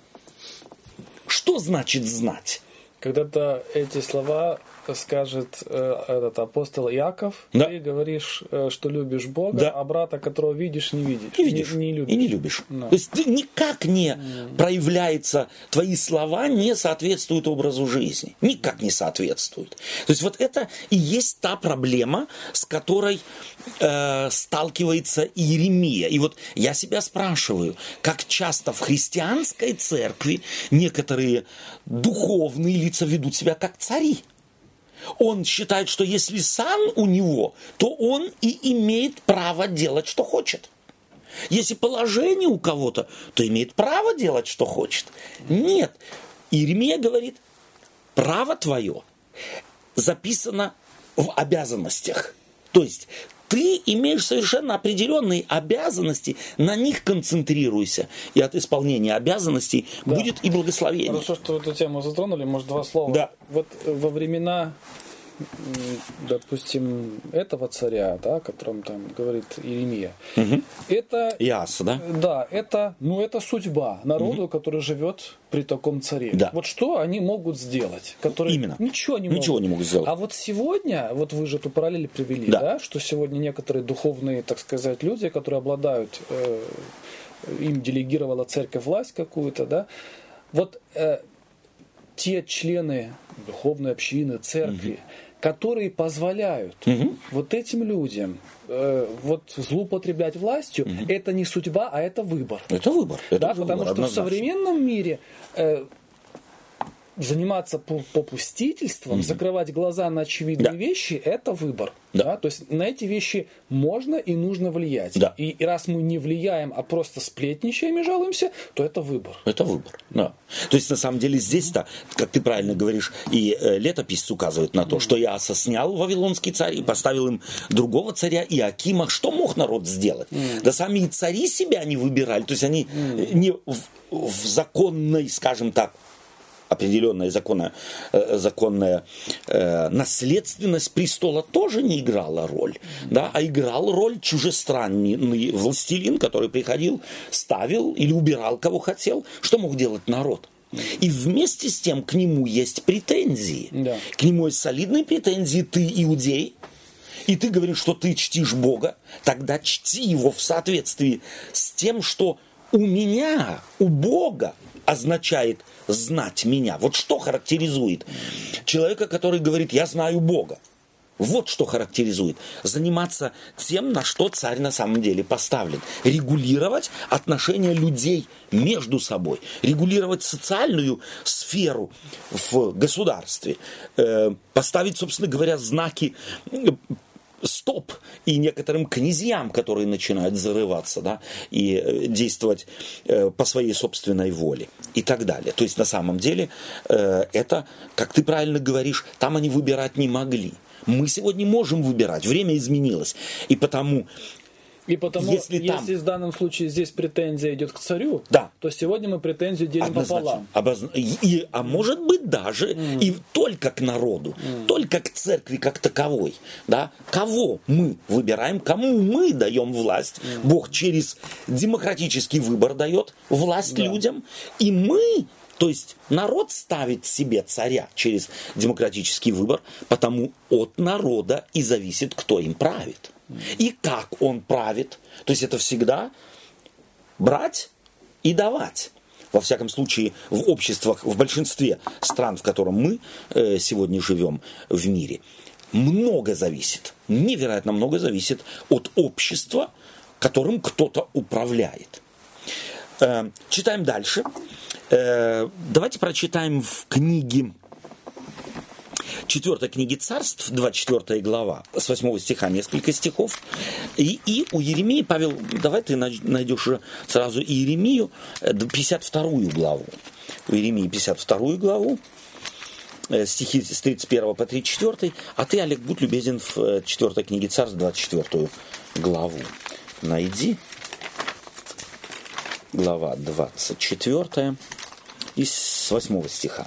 Что значит знать? Когда-то эти слова скажет этот апостол Иаков, да. Ты говоришь, что любишь Бога, да. а брата, которого видишь, не видишь. Не любишь. И не любишь. Да. То есть никак не проявляется, твои слова не соответствуют образу жизни. Никак не соответствуют. То есть вот это и есть та проблема, с которой сталкивается Иеремия. И вот я себя спрашиваю, как часто в христианской церкви некоторые духовные лица ведут себя как цари. Он считает, что если сан у него, то он и имеет право делать, что хочет. Если положение у кого-то, то имеет право делать, что хочет. Нет. Иеремия говорит, право твое записано в обязанностях. То есть ты имеешь совершенно определенные обязанности, на них концентрируйся, и от исполнения обязанностей будет и благословение. Хорошо, что эту тему затронули, может, два слова. Да. Вот во времена, допустим, этого царя, да, о котором там говорит Иеремия, это... Иаса, да? Да, это судьба народу, который живет при таком царе. Да. Вот что они могут сделать? Которые Именно. Ничего не могут сделать. А вот сегодня, вот вы же эту параллель привели, да, что сегодня некоторые духовные, так сказать, люди, которые обладают, им делегировала церковь власть какую-то, да, вот те члены духовной общины, церкви, которые позволяют вот этим людям вот злоупотреблять властью, это не судьба, а это выбор. Это выбор. Да, потому что в современном мире заниматься попустительством, закрывать глаза на очевидные вещи, это выбор. Да. То есть на эти вещи можно и нужно влиять. Да. И раз мы не влияем, а просто сплетничаем и жалуемся, то это выбор. Это выбор, да. То есть на самом деле здесь-то, как ты правильно говоришь, и летописец указывает на то, что Иаса снял вавилонский царь и поставил им другого царя Иоакима. Что мог народ сделать? Да сами и цари себя не выбирали. То есть они не в законной, скажем так, определенная законная наследственность престола тоже не играла роль, да, а играл роль чужестранный властелин, который приходил, ставил или убирал кого хотел. Что мог делать народ? И вместе с тем к нему есть претензии. Да. К нему есть солидные претензии. Ты иудей, и ты говоришь, что ты чтишь Бога, тогда чти его в соответствии с тем, что у меня, у Бога означает знать меня. Вот что характеризует человека, который говорит, я знаю Бога. Вот что характеризует. Заниматься тем, на что царь на самом деле поставлен. Регулировать отношения людей между собой. Регулировать социальную сферу в государстве. Поставить, собственно говоря, знаки стоп и некоторым князьям, которые начинают зарываться, да, и действовать по своей собственной воле и так далее. То есть на самом деле это, как ты правильно говоришь, там они выбирать не могли. Мы сегодня можем выбирать, время изменилось. И потому если в данном случае здесь претензия идет к царю, да, то сегодня мы претензию делим пополам. А может быть даже и только к народу, только к церкви как таковой. Да? Кого мы выбираем, кому мы даем власть. Бог через демократический выбор дает власть людям. И мы, то есть народ ставит себе царя через демократический выбор, потому от народа и зависит, кто им правит. И как он правит. То есть это всегда брать и давать. Во всяком случае, в обществах, в большинстве стран, в котором мы сегодня живем в мире, много зависит, невероятно много зависит от общества, которым кто-то управляет. Читаем дальше. Давайте прочитаем в книге 4 книги Царств, 24 глава, с 8 стиха несколько стихов. И у Иеремии, Павел, давай ты найдешь сразу Иеремию, 52 главу. У Иеремии 52 главу, стихи с 31 по 34. А ты, Олег, будь любезен, в 4 книге Царств, 24 главу найди. Глава 24 и с 8 стиха.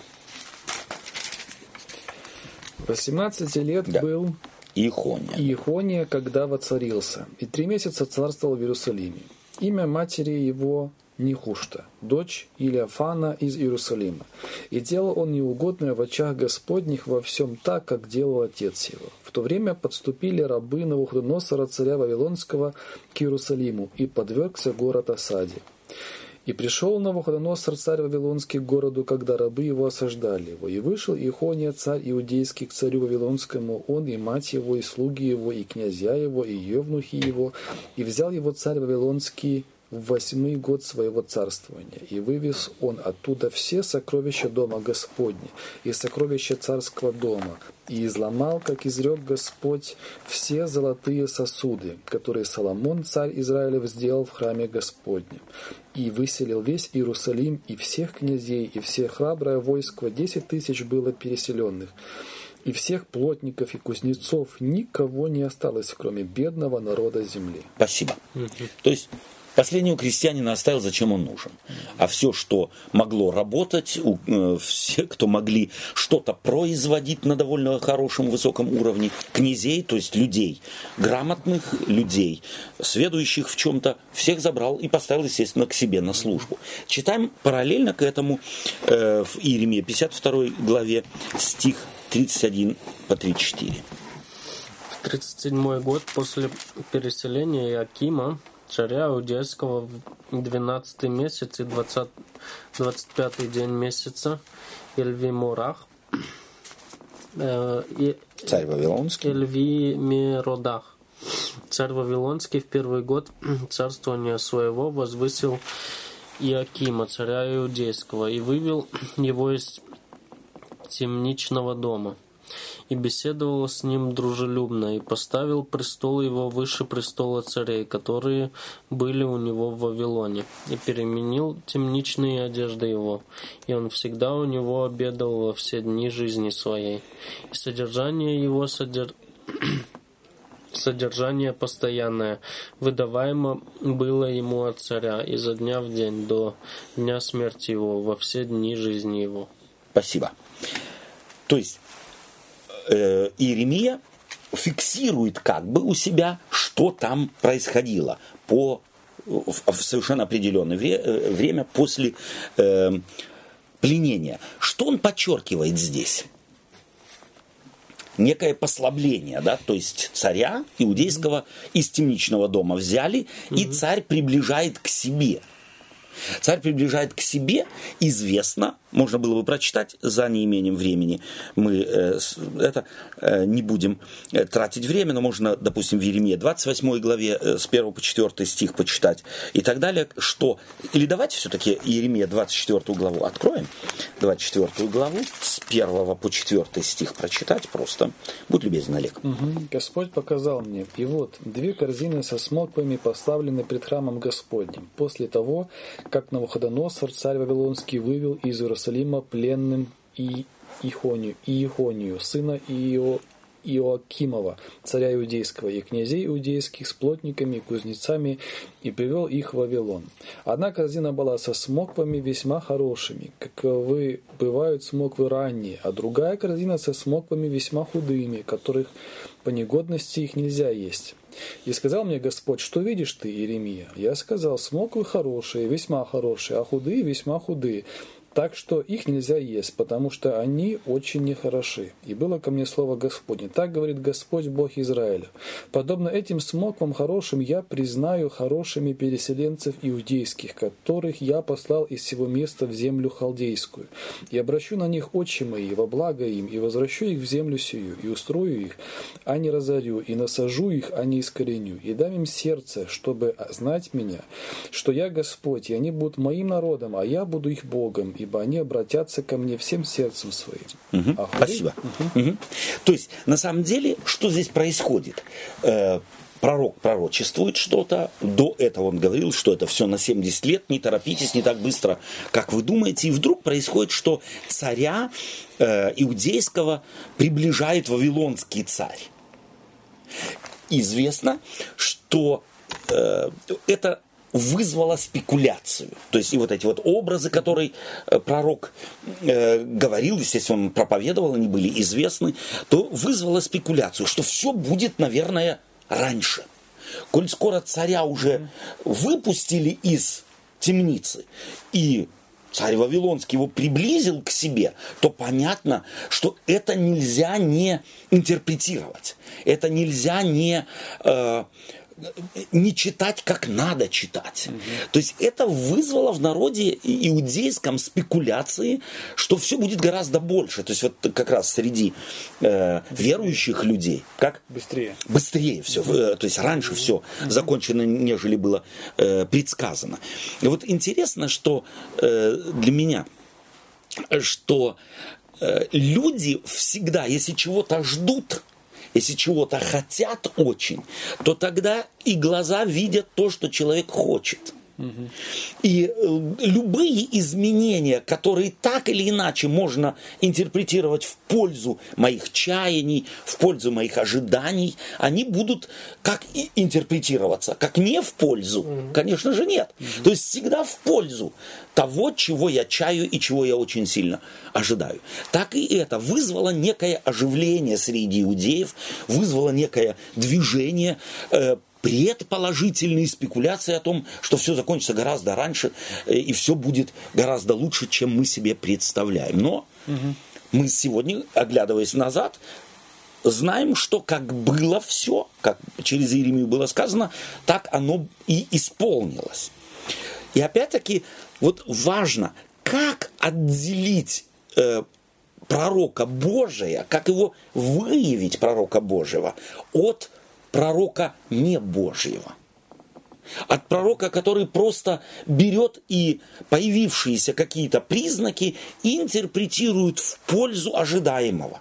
18 лет Да. был Иехония, когда воцарился, и 3 месяца царствовал в Иерусалиме. Имя матери его Нехушта, дочь Илиафана из Иерусалима. И делал он неугодное в очах Господних во всем так, как делал отец его. В то время подступили рабы Навуходоносора, царя Вавилонского, к Иерусалиму, и подвергся город осаде. И пришел Навуходоносор, царь Вавилонский, к городу, когда рабы его осаждали его. И вышел Иехония, царь иудейский, к царю Вавилонскому, он и мать его, и слуги его, и князья его, и евнухи его. И взял его царь Вавилонский в 8-й год своего царствования, и вывез он оттуда все сокровища дома Господня и сокровища царского дома, и изломал, как изрек Господь, все золотые сосуды, которые Соломон, царь Израилев, сделал в храме Господнем, и выселил весь Иерусалим, и всех князей, и все храброе войско, 10 тысяч было переселенных, и всех плотников и кузнецов, никого не осталось, кроме бедного народа земли. Спасибо. То есть последнего крестьянина оставил, зачем он нужен. А все, что могло работать, все, кто могли что-то производить на довольно хорошем, высоком уровне, князей, то есть людей, грамотных людей, сведущих в чем-то, всех забрал и поставил, естественно, к себе на службу. Читаем параллельно к этому в Иеремии 52 главе стих 31 по 34. В 37-й год после переселения Иоакима, царя Иудейского, в 12-й месяц и 25-й день месяца, Эльвиморах, Царь Вавилонский. Эльвимиродах, царь Вавилонский, в первый год царствования своего возвысил Иоакима, царя Иудейского, и вывел его из темничного дома, и беседовал с ним дружелюбно, и поставил престол его выше престола царей, которые были у него в Вавилоне, и переменил темничные одежды его, и он всегда у него обедал во все дни жизни своей, и содержание его содержание постоянное выдаваемо было ему от царя изо дня в день до дня смерти его во все дни жизни его. Спасибо. То есть Иеремия фиксирует как бы у себя, что там происходило в совершенно определенное время после пленения. Что он подчеркивает здесь? Некое послабление, да, то есть царя иудейского из темничного дома взяли, и царь приближает к себе. Царь приближает к себе, известно, можно было бы прочитать за неимением времени. Мы не будем тратить время, но можно, допустим, в Иеремии 28 главе с 1 по 4 стих почитать и так далее. Или давайте все-таки Иеремия 24 главу откроем. 24 главу с 1 по 4 стих прочитать просто. Будь любезен, Олег. Господь показал мне, и вот 2 корзины со смоквами поставлены пред храмом Господним, после того, как Навуходоносор, царь Вавилонский, вывел из Иерусалима пленным Иехонию, сына Иоакимова, царя Иудейского, и князей иудейских с плотниками и кузнецами, и привел их в Вавилон. Одна корзина была со смоквами весьма хорошими, каковы бывают смоквы ранние, а другая корзина со смоквами весьма худыми, которых по негодности их нельзя есть. И сказал мне Господь: что видишь ты, Иеремия? Я сказал: смоквы хорошие, весьма хорошие, а худые весьма худые. Так что их нельзя есть, потому что они очень нехороши. И было ко мне слово Господне: так говорит Господь Бог Израиля: подобно этим смоквам хорошим я признаю хорошими переселенцев иудейских, которых я послал из сего места в землю халдейскую, и обращу на них очи мои во благо им, и возвращу их в землю сию, и устрою их, а не разорю, и насажу их, а не искореню, и дам им сердце, чтобы знать меня, что я Господь, и они будут моим народом, а я буду их Богом, и ибо они обратятся ко мне всем сердцем своим. Спасибо. То есть, на самом деле, что здесь происходит? Пророк пророчествует что-то, до этого он говорил, что это все на 70 лет, не торопитесь, не так быстро, как вы думаете, и вдруг происходит, что царя иудейского приближает вавилонский царь. Известно, что это вызвало спекуляцию. То есть и вот эти вот образы, которые пророк говорил, естественно, он проповедовал, они были известны, то вызвало спекуляцию, что все будет, наверное, раньше. Коль скоро царя уже выпустили из темницы, и царь Вавилонский его приблизил к себе, то понятно, что это нельзя не интерпретировать. Это нельзя не читать, как надо читать. То есть это вызвало в народе иудейском спекуляции, что все будет гораздо больше. То есть вот как раз среди верующих людей. Как? Быстрее все. То есть раньше все закончено, нежели было предсказано. И вот интересно, что для меня, что люди всегда, если чего-то ждут, если чего-то хотят очень, то тогда и глаза видят то, что человек хочет. И любые изменения, которые так или иначе можно интерпретировать в пользу моих чаяний, в пользу моих ожиданий, они будут как и интерпретироваться, как не в пользу? Конечно же нет. То есть всегда в пользу того, чего я чаю и чего я очень сильно ожидаю. Так и это вызвало некое оживление среди иудеев, вызвало некое движение, предположительные спекуляции о том, что все закончится гораздо раньше и все будет гораздо лучше, чем мы себе представляем. Но мы сегодня, оглядываясь назад, знаем, что как было все, как через Иеремию было сказано, так оно и исполнилось. И опять-таки вот важно, как отделить пророка Божия, как его выявить, пророка Божьего, от пророка не Божьего. От пророка, который просто берет и появившиеся какие-то признаки интерпретирует в пользу ожидаемого.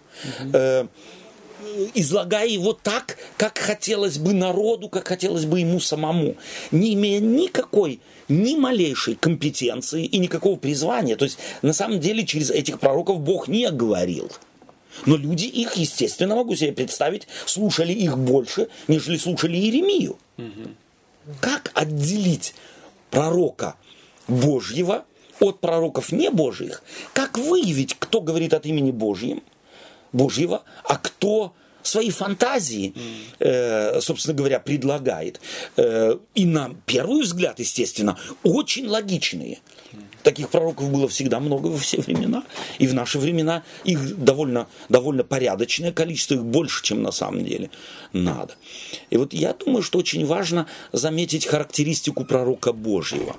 Излагая его так, как хотелось бы народу, как хотелось бы ему самому, не имея никакой, ни малейшей компетенции и никакого призвания. То есть, на самом деле, через этих пророков Бог не говорил. Но люди их, естественно, могу себе представить, слушали их больше, нежели слушали Иеремию. Как отделить пророка Божьего от пророков не Божьих? Как выявить, кто говорит от имени Божьего, а кто свои фантазии, собственно говоря, предлагает? И на первый взгляд, естественно, очень логичные. Таких пророков было всегда много во все времена. И в наши времена их довольно порядочное количество, их больше, чем на самом деле надо. И вот я думаю, что очень важно заметить характеристику пророка Божьего.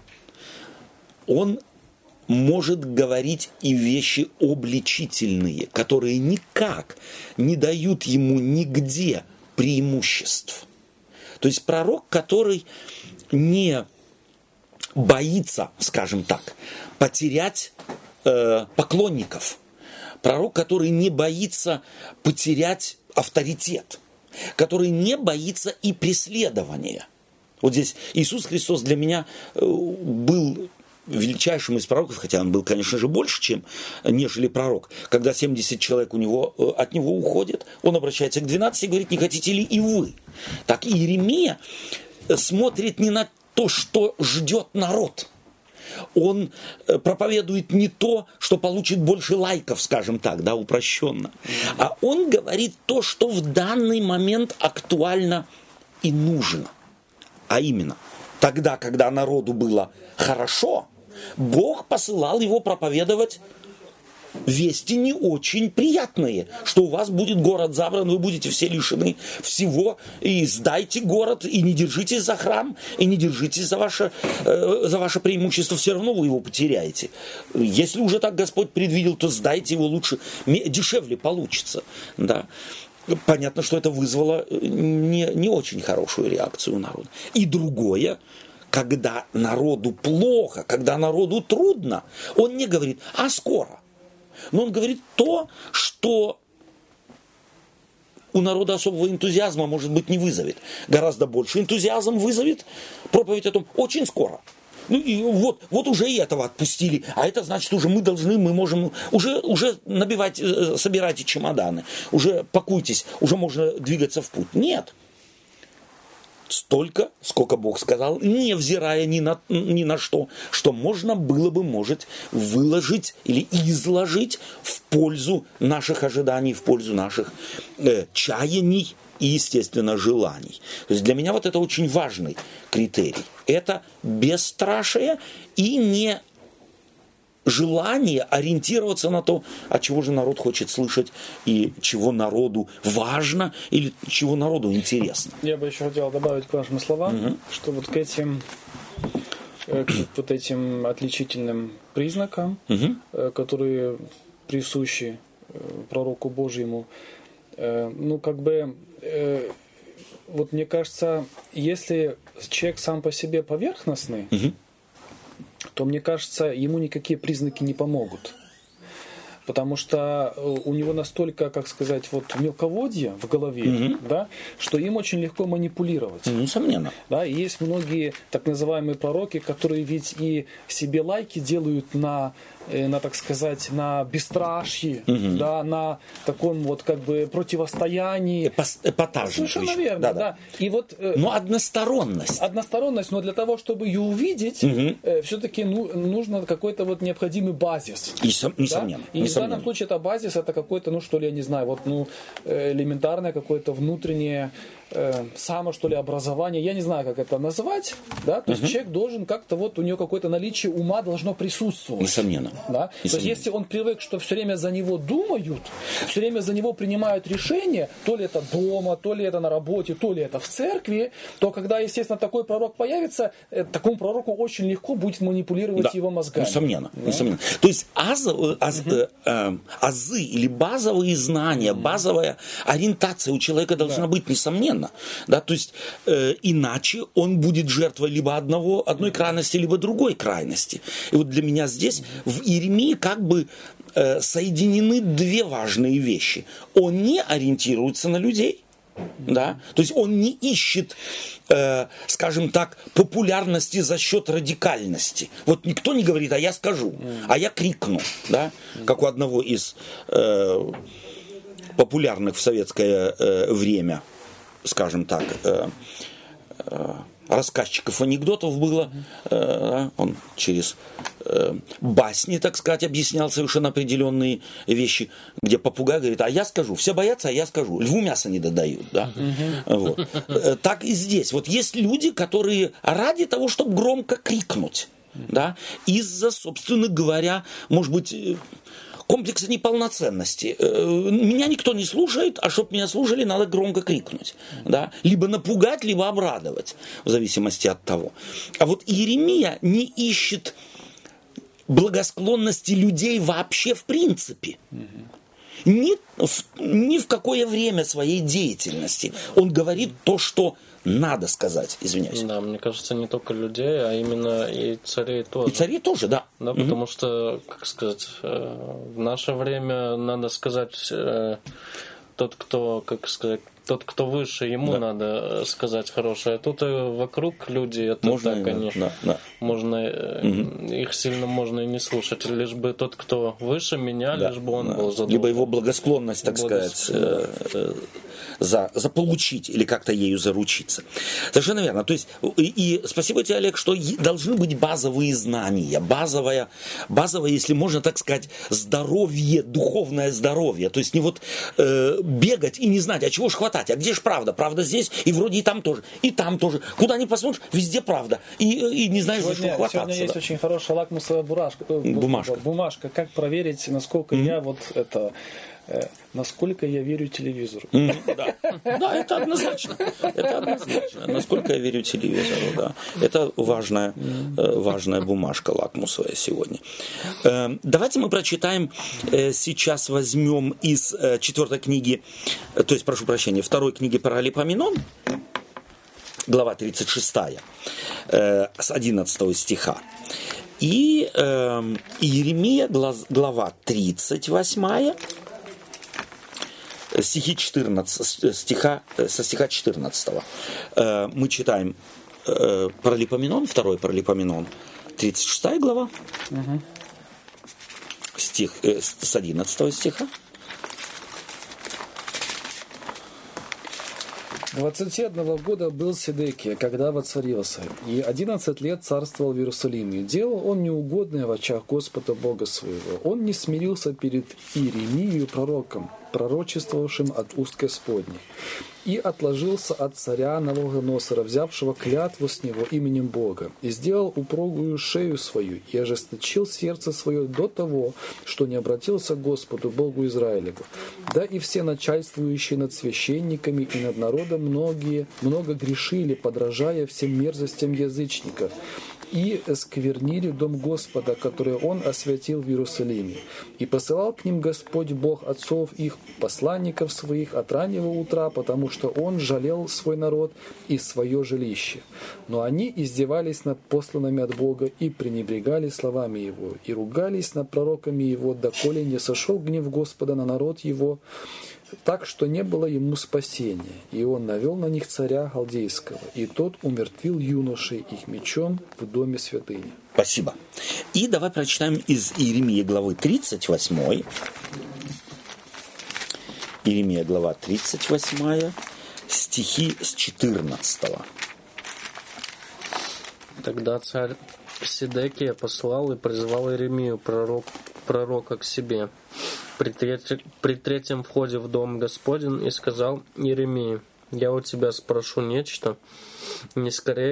Он может говорить и вещи обличительные, которые никак не дают ему нигде преимуществ. То есть пророк, который не боится, скажем так, потерять поклонников. Пророк, который не боится потерять авторитет, который не боится и преследования. Вот здесь Иисус Христос для меня был величайшим из пророков, хотя он был, конечно же, больше, нежели пророк. Когда 70 человек от него уходят, он обращается к 12 и говорит: не хотите ли и вы? Так Иеремия смотрит не на то, что ждет народ. Он проповедует не то, что получит больше лайков, скажем так, да, упрощенно. А он говорит то, что в данный момент актуально и нужно. А именно, тогда, когда народу было хорошо, Бог посылал его проповедовать вести не очень приятные, что у вас будет город забран, вы будете все лишены всего, и сдайте город, и не держитесь за храм, и не держитесь за ваше преимущество, все равно вы его потеряете. Если уже так Господь предвидел, то сдайте его лучше, дешевле получится. Да. Понятно, что это вызвало не очень хорошую реакцию у народа. И другое, когда народу плохо, когда народу трудно, он не говорит, а скоро. Но он говорит то, что у народа особого энтузиазма, может быть, не вызовет. Гораздо больше энтузиазм вызовет проповедь о том, очень скоро. Ну и вот уже и этого отпустили, а это значит уже мы можем, уже набивать, собирайте чемоданы, уже пакуйтесь, уже можно двигаться в путь. Нет. Столько, сколько Бог сказал, невзирая ни на что можно было бы, может, выложить или изложить в пользу наших ожиданий, в пользу наших чаяний и, естественно, желаний. То есть для меня вот это очень важный критерий. Это бесстрашие и не желание ориентироваться на то, от чего же народ хочет слышать и чего народу важно или чего народу интересно. Я бы еще хотел добавить к вашим словам, что вот к этим отличительным признакам, которые присущи пророку Божьему, вот мне кажется, если человек сам по себе поверхностный, то, мне кажется, ему никакие признаки не помогут. Потому что у него настолько, как сказать, вот мелководье в голове, да, что им очень легко манипулировать. Несомненно. Да, и есть многие так называемые пророки, которые ведь и себе лайки делают на так сказать, на бесстрашии, да, на таком вот как бы противостоянии. Эпатажных. Совершенно верно, да. И вот, но односторонность. Односторонность, но для того, чтобы ее увидеть, все-таки нужно какой-то вот необходимый базис. Несомненно. Да? И в данном случае это базис, это какой-то, я не знаю, элементарное какое-то внутреннее что ли, образование, я не знаю, как это назвать, да, то есть человек должен как-то у него какое-то наличие ума должно присутствовать. Несомненно. Да? То есть если он привык, что все время за него думают, все время за него принимают решения, то ли это дома, то ли это на работе, то ли это в церкви, то когда, естественно, такой пророк появится, такому пророку очень легко будет манипулировать его мозгами. Несомненно. Несомненно. То есть азы или базовые знания, базовая ориентация у человека должна быть, несомненно. Да, то есть иначе он будет жертвой либо одной крайности, либо другой крайности. И вот для меня здесь в Иеремии как бы соединены две важные вещи. Он не ориентируется на людей, да, то есть он не ищет, скажем так, популярности за счет радикальности. Вот никто не говорит, а я скажу, а я крикну, да, как у одного из популярных в советское время, скажем так, рассказчиков анекдотов было. Он через басни, так сказать, объяснял совершенно определенные вещи, где попугай говорит, а я скажу. Все боятся, а я скажу. Льву мясо не додают. Да? Вот. Так и здесь. Вот есть люди, которые ради того, чтобы громко крикнуть, да, из-за, собственно говоря, может быть, комплекса неполноценности. Меня никто не слушает, а чтобы меня слушали, надо громко крикнуть. Да? Либо напугать, либо обрадовать, в зависимости от того. А вот Иеремия не ищет благосклонности людей вообще в принципе. Ни в какое время своей деятельности. Он говорит то, что надо сказать, извиняюсь. Да, мне кажется, не только людей, а именно и царей тоже. И царей тоже, да. Да, потому что, как сказать, в наше время, надо сказать, тот, кто выше, ему надо сказать хорошее. Тут и вокруг люди, это можно, так, они, можно, их сильно можно и не слушать. Лишь бы тот, кто выше меня, лишь бы он был задуман. Либо его благосклонность, так сказать, заполучить или как-то ею заручиться. Совершенно верно. То есть, и спасибо тебе, Олег, что должны быть базовые знания, базовое, если можно так сказать, здоровье, духовное здоровье. То есть не бегать и не знать, а чего ж хватать, а где ж правда? Правда здесь, и вроде и там тоже, и там тоже. Куда ни посмотришь, везде правда. И не знаешь, за что хвататься. Сегодня есть очень хорошая лакмусовая бумажка. Как проверить, насколько я насколько я верю телевизору. Да, это однозначно. Насколько я верю телевизору, да. Это важная бумажка лакмусовая сегодня. Давайте мы прочитаем, сейчас возьмем из 4 книги, то есть, прошу прощения, 2 книги Паралипоменон. глава 36, с 11 стиха. И Иеремия, глава 38, стихи 14, со стиха 14. Мы читаем Паралипоменон, второй Паралипоменон, 36 глава, стих, с 11 стиха. 21 года был Седекия, когда воцарился, и 11 лет царствовал в Иерусалиме. Делал он неугодное в очах Господа Бога своего. Он не смирился перед Иеремией пророком, пророчествовавшим от уст Господних, и отложился от царя Навуходоносора, взявшего клятву с него именем Бога, и сделал упругую шею свою, и ожесточил сердце свое до того, что не обратился к Господу Богу Израилеву. Да и все начальствующие над священниками и над народом много грешили, подражая всем мерзостям язычников, и сквернили дом Господа, который Он освятил в Иерусалиме. И посылал к ним Господь Бог отцов их, посланников своих от раннего утра, потому что Он жалел свой народ и свое жилище. Но они издевались над посланными от Бога и пренебрегали словами Его, и ругались над пророками Его, доколе не сошел гнев Господа на народ Его, так что не было ему спасения. И он навел на них царя Халдейского, и тот умертвил юношей их мечом в доме святыни. Спасибо. И давай прочитаем из Иеремии главы 38. Иеремия глава 38, стихи с 14. Тогда царь Седекия послал и призвал Иеремию, пророка, к себе при третьем входе в дом Господень, и сказал Иеремии: «Я у тебя спрошу нечто, не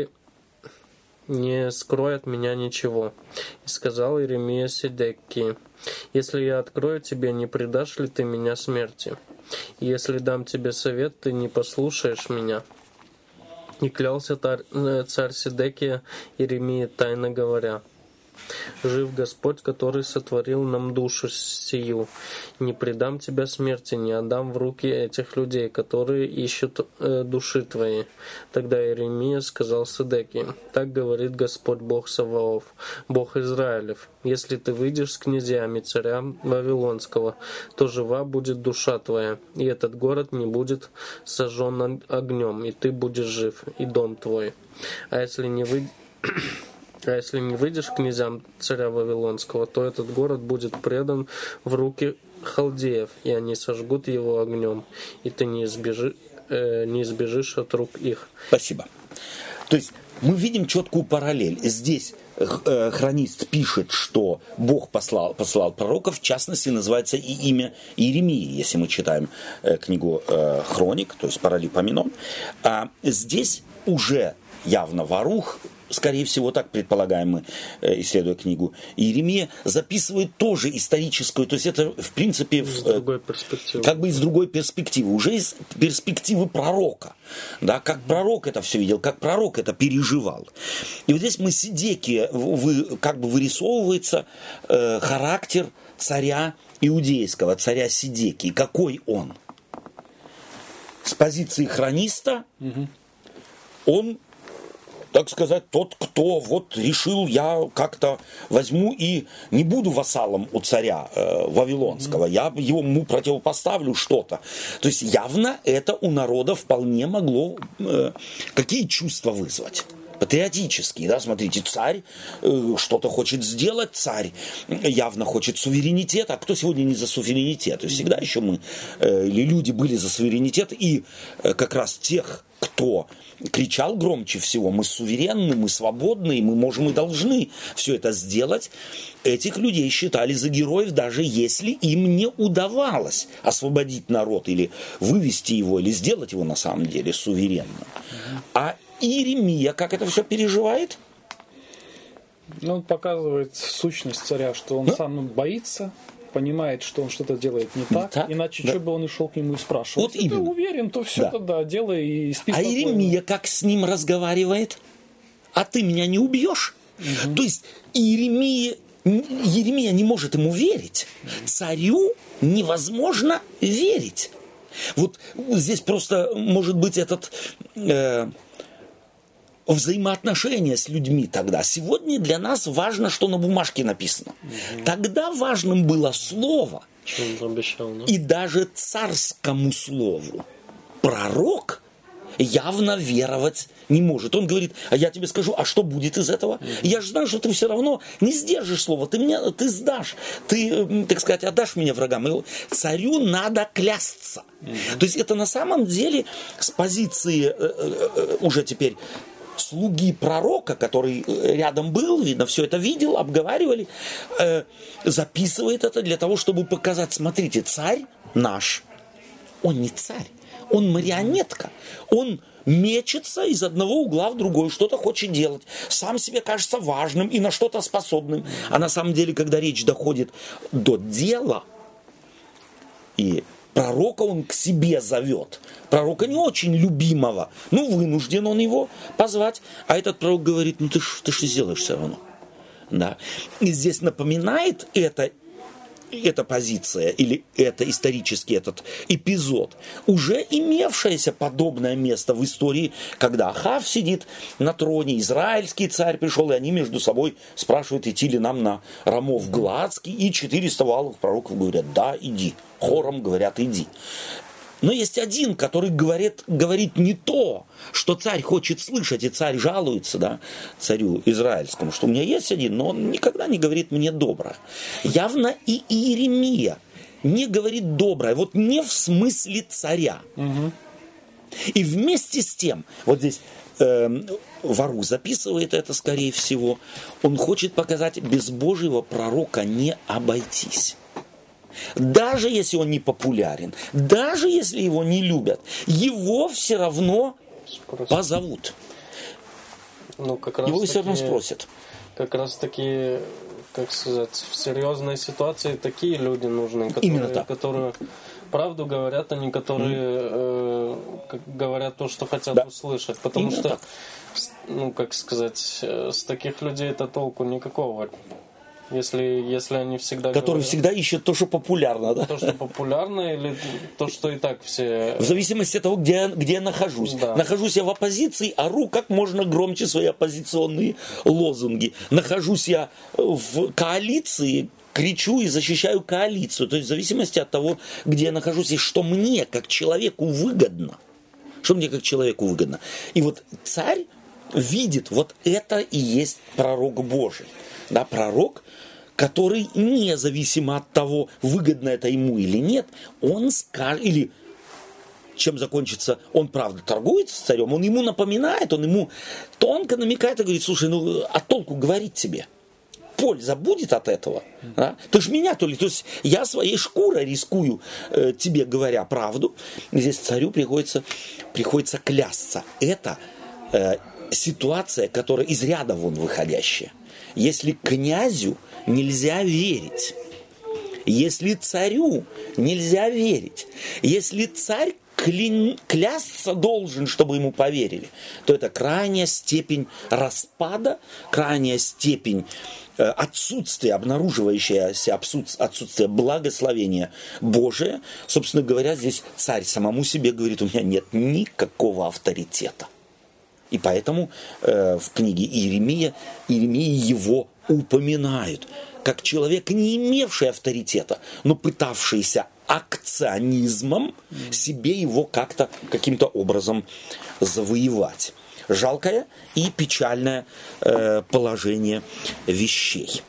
скрой от меня ничего». И сказал Иеремия Седекии: «Если я открою тебе, не предашь ли ты меня смерти? И если дам тебе совет, ты не послушаешь меня». И клялся царь Седекия Иеремии, тайно говоря: «Жив Господь, который сотворил нам душу сию. Не предам тебя смерти, не отдам в руки этих людей, которые ищут души твоей». Тогда Иеремия сказал Седекии: «Так говорит Господь Бог Саваоф, Бог Израилев: если ты выйдешь с князьями царя Вавилонского, то жива будет душа твоя, и этот город не будет сожжен огнем, и ты будешь жив, и дом твой. А если не выйдешь к князям царя Вавилонского, то этот город будет предан в руки халдеев, и они сожгут его огнем, и ты не избежишь от рук их». Спасибо. То есть мы видим четкую параллель. Здесь хронист пишет, что Бог послал пророков, в частности, называется и имя Иеремии, если мы читаем книгу Хроник, то есть Паралипоменон. А здесь уже явно Варух, скорее всего, так предполагаем мы, исследуя книгу, Иеремия записывает тоже историческую, то есть это, в принципе, из другой перспективы. Как бы из другой перспективы, уже из перспективы пророка, да, как пророк это все видел, как пророк это переживал. И вот здесь мы Седекия, как бы вырисовывается характер царя иудейского, царя Седекии. Какой он? С позиции хрониста он, так сказать, тот, кто вот решил, я как-то возьму и не буду вассалом у царя Вавилонского, я ему противопоставлю что-то. То есть явно это у народа вполне могло какие чувства вызвать? Патриотические, да, смотрите, царь что-то хочет сделать, царь явно хочет суверенитет, а кто сегодня не за суверенитет? И всегда еще мы, или люди были за суверенитет, и как раз тех, кто кричал громче всего: мы суверенны, мы свободны, мы можем и должны все это сделать, этих людей считали за героев, даже если им не удавалось освободить народ или вывести его, или сделать его на самом деле суверенным. А Иеремия как это все переживает? Ну, он показывает сущность царя, что он сам боится, понимает, что он что-то делает не так, иначе что бы он и шел к нему и спрашивал. Вот если именно. ты уверен, то все тогда делай и спи спокойно. А Иеремия как с ним разговаривает? А ты меня не убьешь? То есть Иеремия не может ему верить. Царю невозможно верить. Вот здесь просто может быть этот взаимоотношения с людьми тогда. Сегодня для нас важно, что на бумажке написано. Тогда важным было слово. Что он обещал, да? И даже царскому слову пророк явно веровать не может. Он говорит, а я тебе скажу, а что будет из этого? Я же знаю, что ты все равно не сдержишь слово, ты сдашь, ты, так сказать, отдашь меня врагам. И царю надо клясться. То есть это на самом деле с позиции уже теперь слуги пророка, который рядом был, видно, все это видел, обговаривали, записывает это для того, чтобы показать, смотрите, царь наш, он не царь, он марионетка, он мечется из одного угла в другой, что-то хочет делать, сам себе кажется важным и на что-то способным, а на самом деле, когда речь доходит до дела, и пророка он к себе зовет. Пророка не очень любимого. Вынужден он его позвать. А этот пророк говорит, ты что сделаешь все равно? Да. И здесь напоминает эта позиция, или это исторический этот эпизод, уже имевшееся подобное место в истории, когда Ахав сидит на троне, израильский царь пришел, и они между собой спрашивают, идти ли нам на Рамов Галаадский, и 400 валовых пророков говорят, да, иди. Хором говорят, иди. Но есть один, который говорит не то, что царь хочет слышать, и царь жалуется, да, царю израильскому, что у меня есть один, но он никогда не говорит мне доброе. Явно и Иеремия не говорит доброе, вот не в смысле царя. И вместе с тем, вот здесь Варух записывает это, скорее всего, он хочет показать, без Божьего пророка не обойтись. Даже если он не популярен, даже если его не любят, его все равно позовут. Его все равно спросят. Как раз таки, как сказать, в серьезной ситуации такие люди нужны, которые правду говорят, а не которые говорят то, что хотят услышать. Потому что, как сказать, с таких людей это толку никакого. Если они всегда которые всегда ищут то, что популярно, да? То, что популярно, или то, что и так все... В зависимости от того, где я нахожусь. Да. Нахожусь я в оппозиции, ору как можно громче свои оппозиционные лозунги. Нахожусь я в коалиции, кричу и защищаю коалицию. То есть в зависимости от того, где я нахожусь, и что мне, как человеку, выгодно. Что мне, как человеку, выгодно. И вот царь видит, вот это и есть пророк Божий. Да, пророк, который независимо от того, выгодно это ему или нет, он скажет, или чем закончится, он правда торгует с царем, он ему напоминает, он ему тонко намекает и говорит, слушай, а толку говорить тебе? Польза будет от этого? Да? Ты ж меня то есть я своей шкурой рискую, тебе говоря правду. Здесь царю приходится клясться. Это ситуация, которая из ряда вон выходящая. Если князю нельзя верить, если царю нельзя верить, если царь клясться должен, чтобы ему поверили, то это крайняя степень распада, крайняя степень отсутствия, обнаруживающееся отсутствие благословения Божия. Собственно говоря, здесь царь самому себе говорит, у меня нет никакого авторитета. И поэтому в книге Иеремии его упоминают как человек, не имевший авторитета, но пытавшийся акционизмом себе его как-то, каким-то образом завоевать. Жалкое и печальное положение вещей.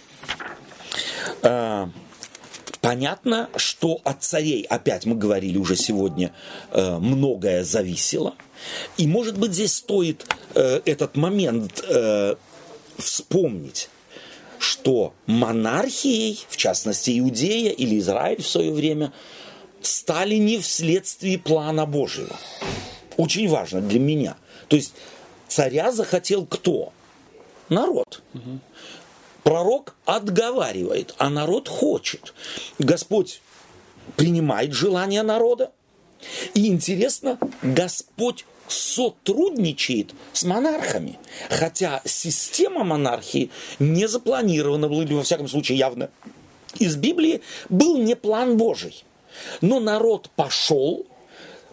Понятно, что от царей, опять мы говорили уже сегодня, многое зависело. И, может быть, здесь стоит этот момент вспомнить, что монархией, в частности Иудея или Израиль в свое время, стали не вследствие плана Божьего. Очень важно для меня. То есть царя захотел кто? Народ. Пророк отговаривает, а народ хочет. Господь принимает желания народа. И интересно, Господь сотрудничает с монархами. Хотя система монархии не запланирована была, или во всяком случае явно из Библии был не план Божий. Но народ пошел,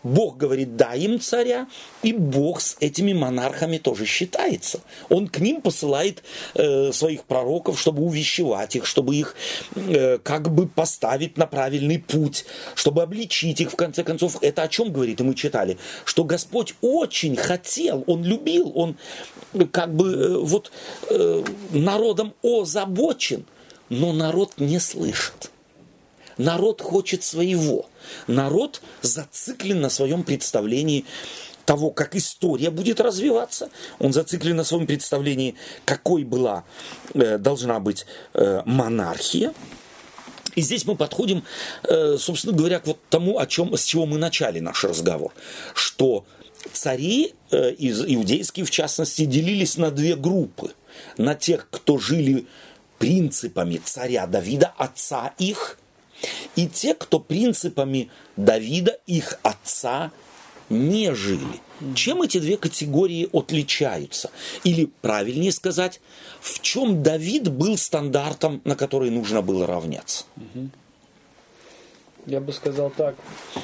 Бог говорит, дай им царя, и Бог с этими монархами тоже считается. Он к ним посылает своих пророков, чтобы увещевать их, чтобы их как бы поставить на правильный путь, чтобы обличить их, в конце концов. Это о чем говорит, и мы читали, что Господь очень хотел, Он любил, Он как бы народом озабочен, но народ не слышит. Народ хочет своего. Народ зациклен на своем представлении того, как история будет развиваться. Он зациклен на своем представлении, какой должна быть монархия. И здесь мы подходим, собственно говоря, к тому, с чего мы начали наш разговор. Что цари, иудейские в частности, делились на две группы. На тех, кто жили принципами царя Давида, отца их, и те, кто принципами Давида, их отца, не жили. Чем эти две категории отличаются? Или, правильнее сказать, в чем Давид был стандартом, на который нужно было равняться? Я бы сказал так,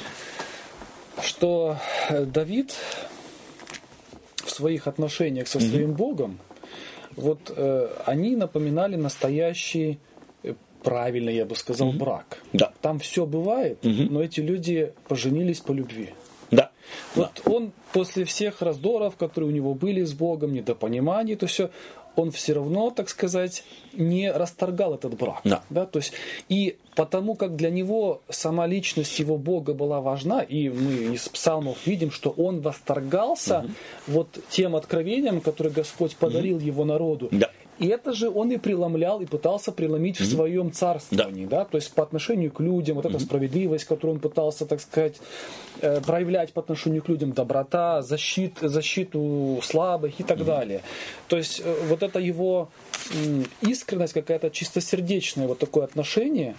что Давид в своих отношениях со своим Богом, они напоминали настоящий, правильно я бы сказал, брак. Да. Там все бывает, но эти люди поженились по любви. Да. Он после всех раздоров, которые у него были с Богом, недопониманий, то все, он все равно, так сказать, не расторгал этот брак. Да? То есть, и потому как для него сама личность его Бога была важна, и мы из псалмов видим, что он восторгался тем откровением, которое Господь подарил его народу. Да. И это же он и преломлял, и пытался преломить в своем царствовании. Да. То есть по отношению к людям, эта справедливость, которую он пытался, так сказать, проявлять по отношению к людям, доброта, защиту слабых и так далее. То есть это его искренность, какая-то чистосердечное такое отношение,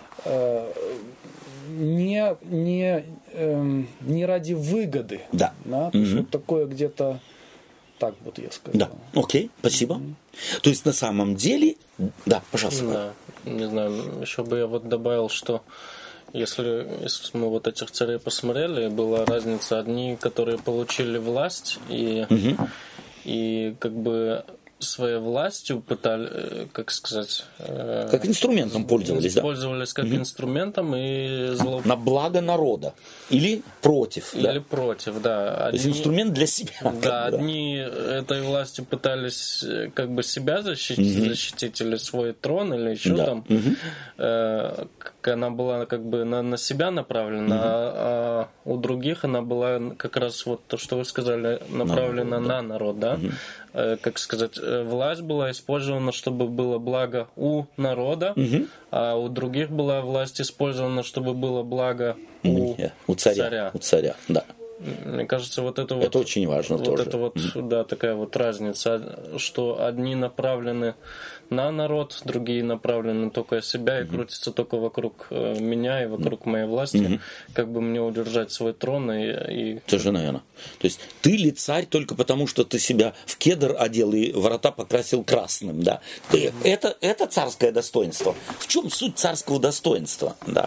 не ради выгоды. Да. Да? То есть такое где-то, так я сказал. Да, окей, спасибо. То есть на самом деле, да, пожалуйста. Да, не знаю, еще бы я добавил, что если мы этих царей посмотрели, была разница, одни, которые получили власть и как бы своей властью пытались, как сказать... Как инструментом пользовались, использовались как инструментом и на благо народа. Или против. Или против, да. То есть инструмент для себя. Да, одни этой властью пытались как бы себя защитить или свой трон, или еще там. Она была как бы на себя направлена, а у других она была как раз то, что вы сказали, направлена на народ, да. Как сказать, власть была использована, чтобы было благо у народа, а у других была власть использована, чтобы было благо у царя. У царя, да. Мне кажется, это очень важно тоже. Это такая разница, что одни направлены на народ, другие направлены только на себя и крутятся только вокруг меня и вокруг моей власти, как бы мне удержать свой трон и... Совершенно верно. То есть ты ли царь только потому, что ты себя в кедр одел и ворота покрасил красным, да? Это царское достоинство. В чем суть царского достоинства, да?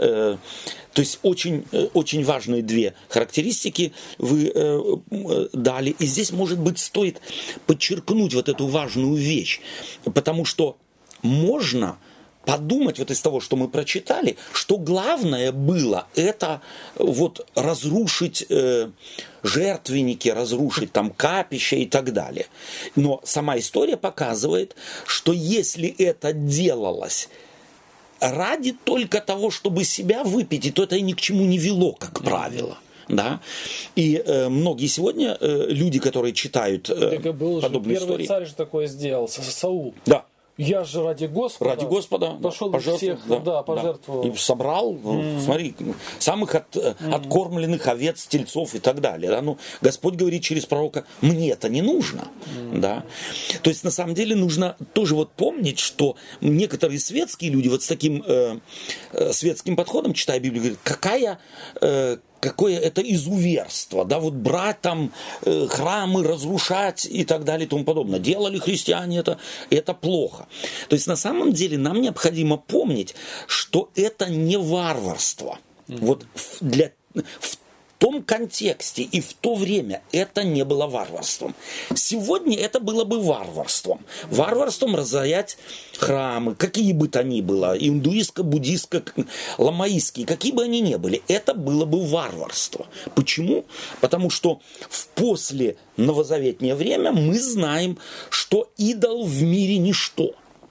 То есть очень, очень важные две характеристики вы дали. И здесь, может быть, стоит подчеркнуть эту важную вещь. Потому что можно подумать из того, что мы прочитали, что главное было это разрушить жертвенники, разрушить капища и так далее. Но сама история показывает, что если это делалось ради только того, чтобы себя выпить, то это и ни к чему не вело, как правило. Да? И многие сегодня люди, которые читают подобные истории... Первый царь же такое сделал, Саул. Да. Я же ради Господа пошел всех пожертвовал. И собрал, смотри, самых откормленных овец, тельцов и так далее. Да? Господь говорит через пророка, мне это не нужно. Да? То есть на самом деле нужно тоже помнить, что некоторые светские люди с таким светским подходом, читая Библию, говорят, какое это изуверство, да, брать храмы, разрушать и так далее и тому подобное. Делали христиане это плохо. То есть на самом деле нам необходимо помнить, что это не варварство. В том том контексте и в то время это не было варварством. Сегодня это было бы варварством. Варварством разорять храмы, какие бы то ни было, индуистско, буддистско, ламаистские, какие бы они ни были, это было бы варварство. Почему? Потому что в после новозаветнее время мы знаем, что идол в мире ничто.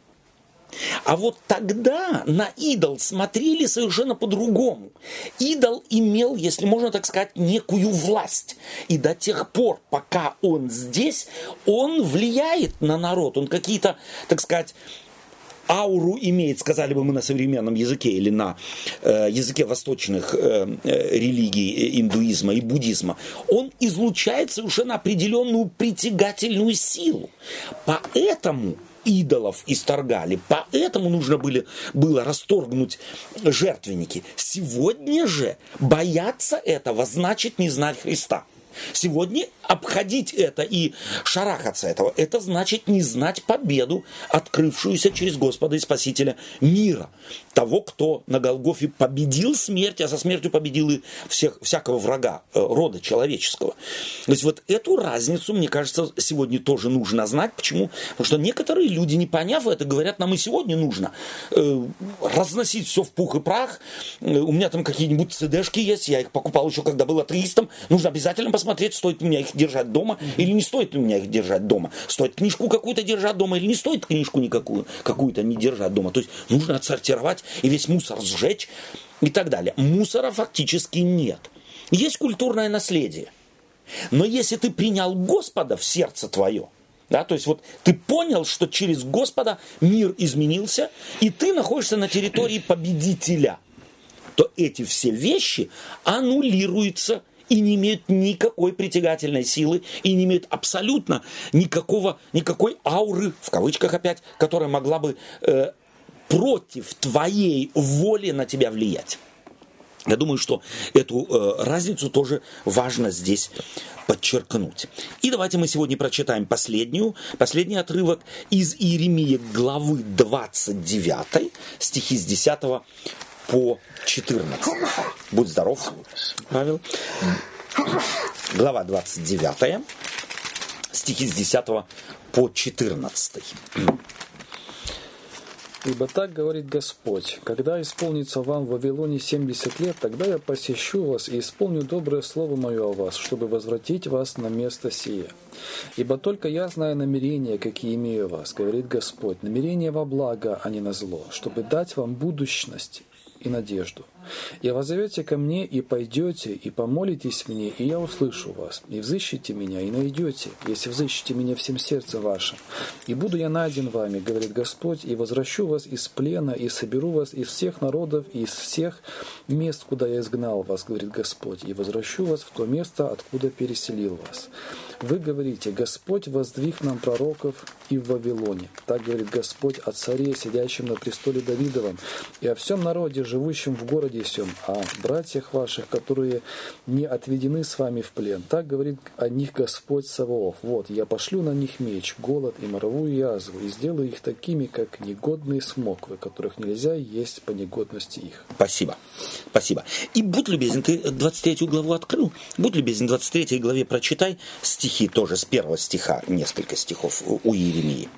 А вот тогда на идол смотрели совершенно по-другому. Идол имел, если можно так сказать, некую власть. И до тех пор, пока он здесь, он влияет на народ. Он какие-то, так сказать, ауру имеет, сказали бы мы на современном языке или на языке восточных религий, индуизма и буддизма. Он излучает совершенно определенную притягательную силу. Поэтому идолов исторгали, поэтому нужно было расторгнуть жертвенники. Сегодня же бояться этого значит не знать Христа. Сегодня обходить это и шарахаться этого, это значит не знать победу, открывшуюся через Господа и Спасителя мира. Того, кто на Голгофе победил смерть, а со смертью победил и всякого врага рода человеческого. То есть вот эту разницу, мне кажется, сегодня тоже нужно знать. Почему? Потому что некоторые люди, не поняв это, говорят, нам и сегодня нужно разносить все в пух и прах. У меня там какие-нибудь CD-шки есть, я их покупал еще, когда был атеистом. Нужно обязательно посмотреть, стоит ли у меня их держать дома или не стоит ли у меня их держать дома. Стоит книжку какую-то держать дома или не стоит книжку никакую, какую-то не держать дома. То есть нужно отсортировать и весь мусор сжечь и так далее. Мусора фактически нет. Есть культурное наследие. Но если ты принял Господа в сердце твое, да, то есть вот ты понял, что через Господа мир изменился, и ты находишься на территории победителя, то эти все вещи аннулируются и не имеют никакой притягательной силы, и не имеют абсолютно никакой ауры, в кавычках опять, которая могла бы против твоей воли на тебя влиять. Я думаю, что эту разницу тоже важно здесь подчеркнуть. И давайте мы сегодня прочитаем последний отрывок из Иеремии главы 29, стихи с 10 по 14. Будь здоров, Павел. Глава 29, стихи с 10 по 14. «Ибо так говорит Господь, когда исполнится вам в Вавилоне 70 лет, тогда я посещу вас и исполню доброе слово мое о вас, чтобы возвратить вас на место сие. Ибо только я знаю намерения, какие имею о вас, говорит Господь, намерения во благо, а не на зло, чтобы дать вам будущность и надежду. И воззовете ко мне, и пойдете, и помолитесь мне, и я услышу вас, и взыщите меня, и найдете, если взыщете меня всем сердцем вашим. И буду я найден вами, говорит Господь, и возвращу вас из плена, и соберу вас из всех народов, и из всех мест, куда я изгнал вас, говорит Господь, и возвращу вас в то место, откуда переселил вас. Вы говорите, Господь воздвиг нам пророков и в Вавилоне. Так говорит Господь о царе, сидящем на престоле Давидовом, и о всем народе, живущем в городе сем, о братьях ваших, которые не отведены с вами в плен. Так говорит о них Господь Саваоф. Вот, я пошлю на них меч, голод и моровую язву, и сделаю их такими, как негодные смоквы, которых нельзя есть по негодности их». Спасибо. Спасибо. И будь любезен, ты 23 главу открыл? Будь любезен, в 23 главе прочитай стихи тоже с первого стиха, несколько стихов у Иеремии.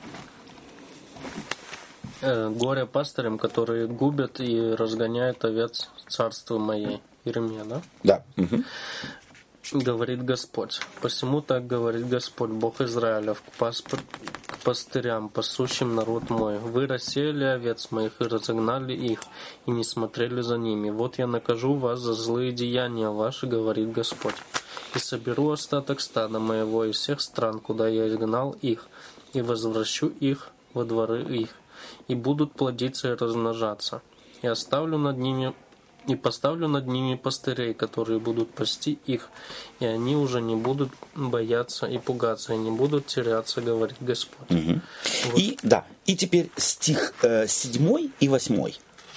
«Горе пастырям, которые губят и разгоняют овец царства моей». Иеремия, да? Да. Угу. Говорит Господь. «Посему так говорит Господь, Бог Израилев, к пастырям, пасущим народ мой. Вы рассеяли овец моих и разогнали их, и не смотрели за ними. Вот я накажу вас за злые деяния ваши, говорит Господь. И соберу остаток стада моего из всех стран, куда я изгнал их, и возвращу их во дворы их, и будут плодиться и размножаться. И поставлю над ними пастырей, которые будут пасти их, и они уже не будут бояться и пугаться, и не будут теряться, говорит Господь». Угу. Вот. И теперь стих 7 и 8.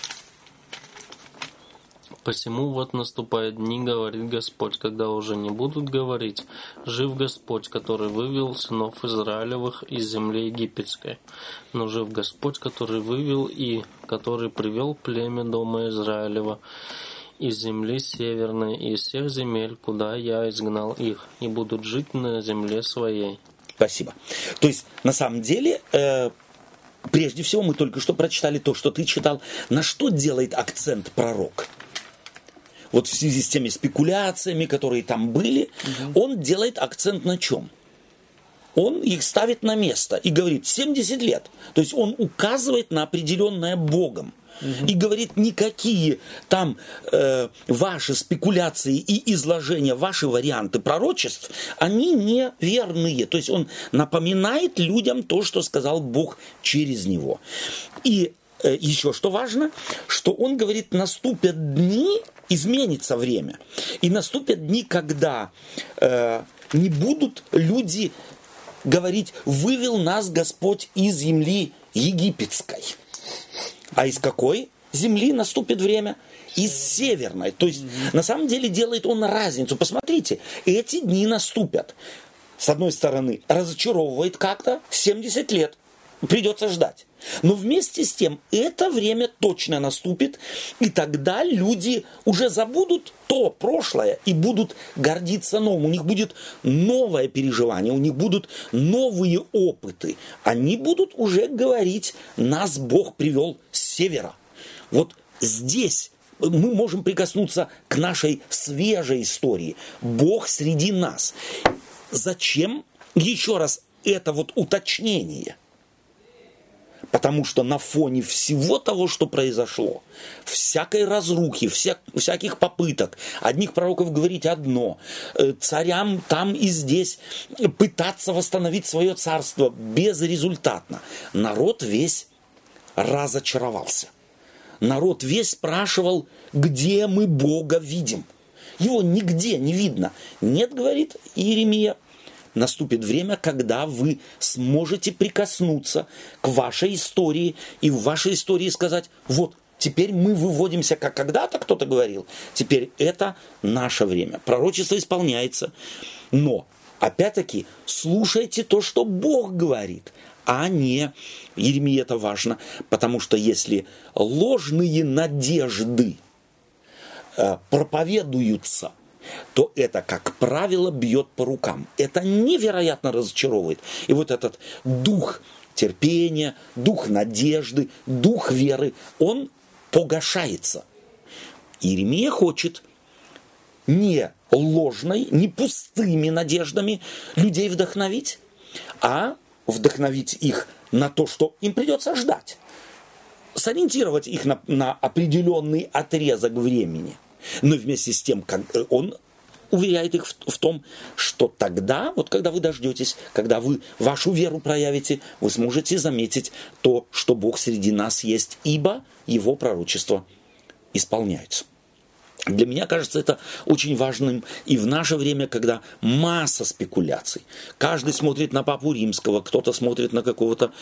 «Посему вот наступают дни, говорит Господь, когда уже не будут говорить: жив Господь, который вывел сынов Израилевых из земли египетской, но жив Господь, который вывел и который привел племя дома Израилева из земли северной и из всех земель, куда я изгнал их, и будут жить на земле своей». Спасибо. То есть, на самом деле, прежде всего, мы только что прочитали то, что ты читал. На что делает акцент пророк? Вот в связи с теми спекуляциями, которые там были, он делает акцент на чем? Он их ставит на место и говорит 70 лет. То есть он указывает на определенное Богом. И говорит, никакие там ваши спекуляции и изложения, ваши варианты пророчеств, они неверные. То есть он напоминает людям то, что сказал Бог через него. И еще что важно, что он говорит, наступят дни, изменится время. И наступят дни, когда не будут люди говорить, вывел нас Господь из земли египетской. А из какой земли наступит время? Из северной. То есть, на самом деле, делает он разницу. Посмотрите, эти дни наступят. С одной стороны, разочаровывает как-то 70 лет. Придется ждать. Но вместе с тем, это время точно наступит, и тогда люди уже забудут то прошлое и будут гордиться новым. У них будет новое переживание, у них будут новые опыты. Они будут уже говорить, нас Бог привел с севера. Вот здесь мы можем прикоснуться к нашей свежей истории. Бог среди нас. Зачем, еще раз, это вот уточнение? Потому что на фоне всего того, что произошло, всякой разрухи, всяких попыток, одних пророков говорить одно, царям там и здесь пытаться восстановить свое царство безрезультатно, народ весь разочаровался. Народ весь спрашивал, где мы Бога видим. Его нигде не видно. Нет, говорит Иеремия, наступит время, когда вы сможете прикоснуться к вашей истории и в вашей истории сказать, вот, теперь мы выводимся, как когда-то кто-то говорил, теперь это наше время. Пророчество исполняется. Но, опять-таки, слушайте то, что Бог говорит, а не, Иеремии это важно, потому что если ложные надежды проповедуются, то это, как правило, бьет по рукам. Это невероятно разочаровывает. И вот этот дух терпения, дух надежды, дух веры, он погашается. Иеремия хочет не ложной, не пустыми надеждами людей вдохновить, а вдохновить их на то, что им придется ждать. Сориентировать их на определенный отрезок времени. Но вместе с тем, как он уверяет их в том, что тогда, вот когда вы дождетесь, когда вы вашу веру проявите, вы сможете заметить то, что Бог среди нас есть, ибо его пророчества исполняются. Для меня кажется это очень важным и в наше время, когда масса спекуляций. Каждый смотрит на Папу Римского, кто-то смотрит на какого-то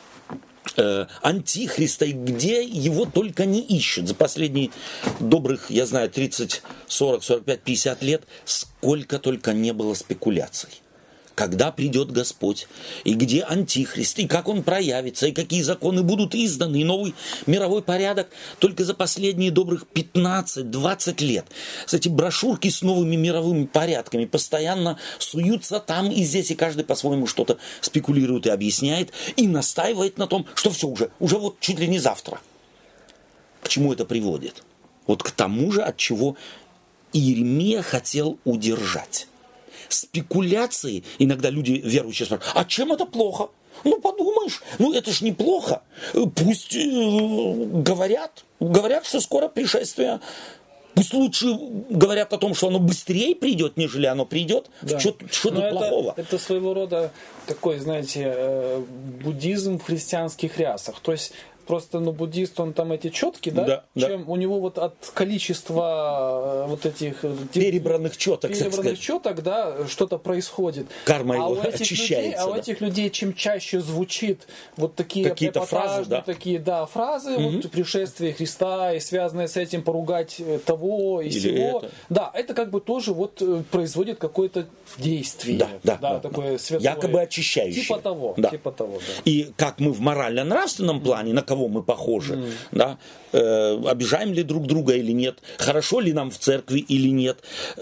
антихриста, и где его только не ищут. За последние добрых, я знаю, 30, 40, 45, 50 лет сколько только не было спекуляций. Когда придет Господь, и где антихрист, и как он проявится, и какие законы будут изданы, и новый мировой порядок. Только за последние добрых 15-20 лет. Кстати, брошюрки с новыми мировыми порядками постоянно суются там и здесь, и каждый по-своему что-то спекулирует и объясняет, и настаивает на том, что все уже вот чуть ли не завтра. К чему это приводит? Вот к тому же, от чего Иеремия хотел удержать. Спекуляции, иногда люди верующие спрашивают, а чем это плохо? Ну, подумаешь, это ж неплохо. Пусть говорят, что скоро пришествие. Пусть лучше говорят о том, что оно быстрее придет, нежели оно придет. Да. Что тут плохого? Это своего рода такой, знаете, буддизм в христианских рясах. То есть просто, буддист, он там эти четки, да? Чем у него вот от количества вот этих перебранных четок, да, что-то происходит. Карма его очищается. У этих людей, чем чаще звучит вот такие какие-то фразы, фразы, вот пришествие Христа и связанное с этим поругать того и сего. Да, это как бы тоже вот производит какое-то действие. Такое святое. Якобы очищающее. Типа того. И как мы в морально-нравственном плане, на кого кого мы похожи, да? Обижаем ли друг друга или нет, хорошо ли нам в церкви или нет,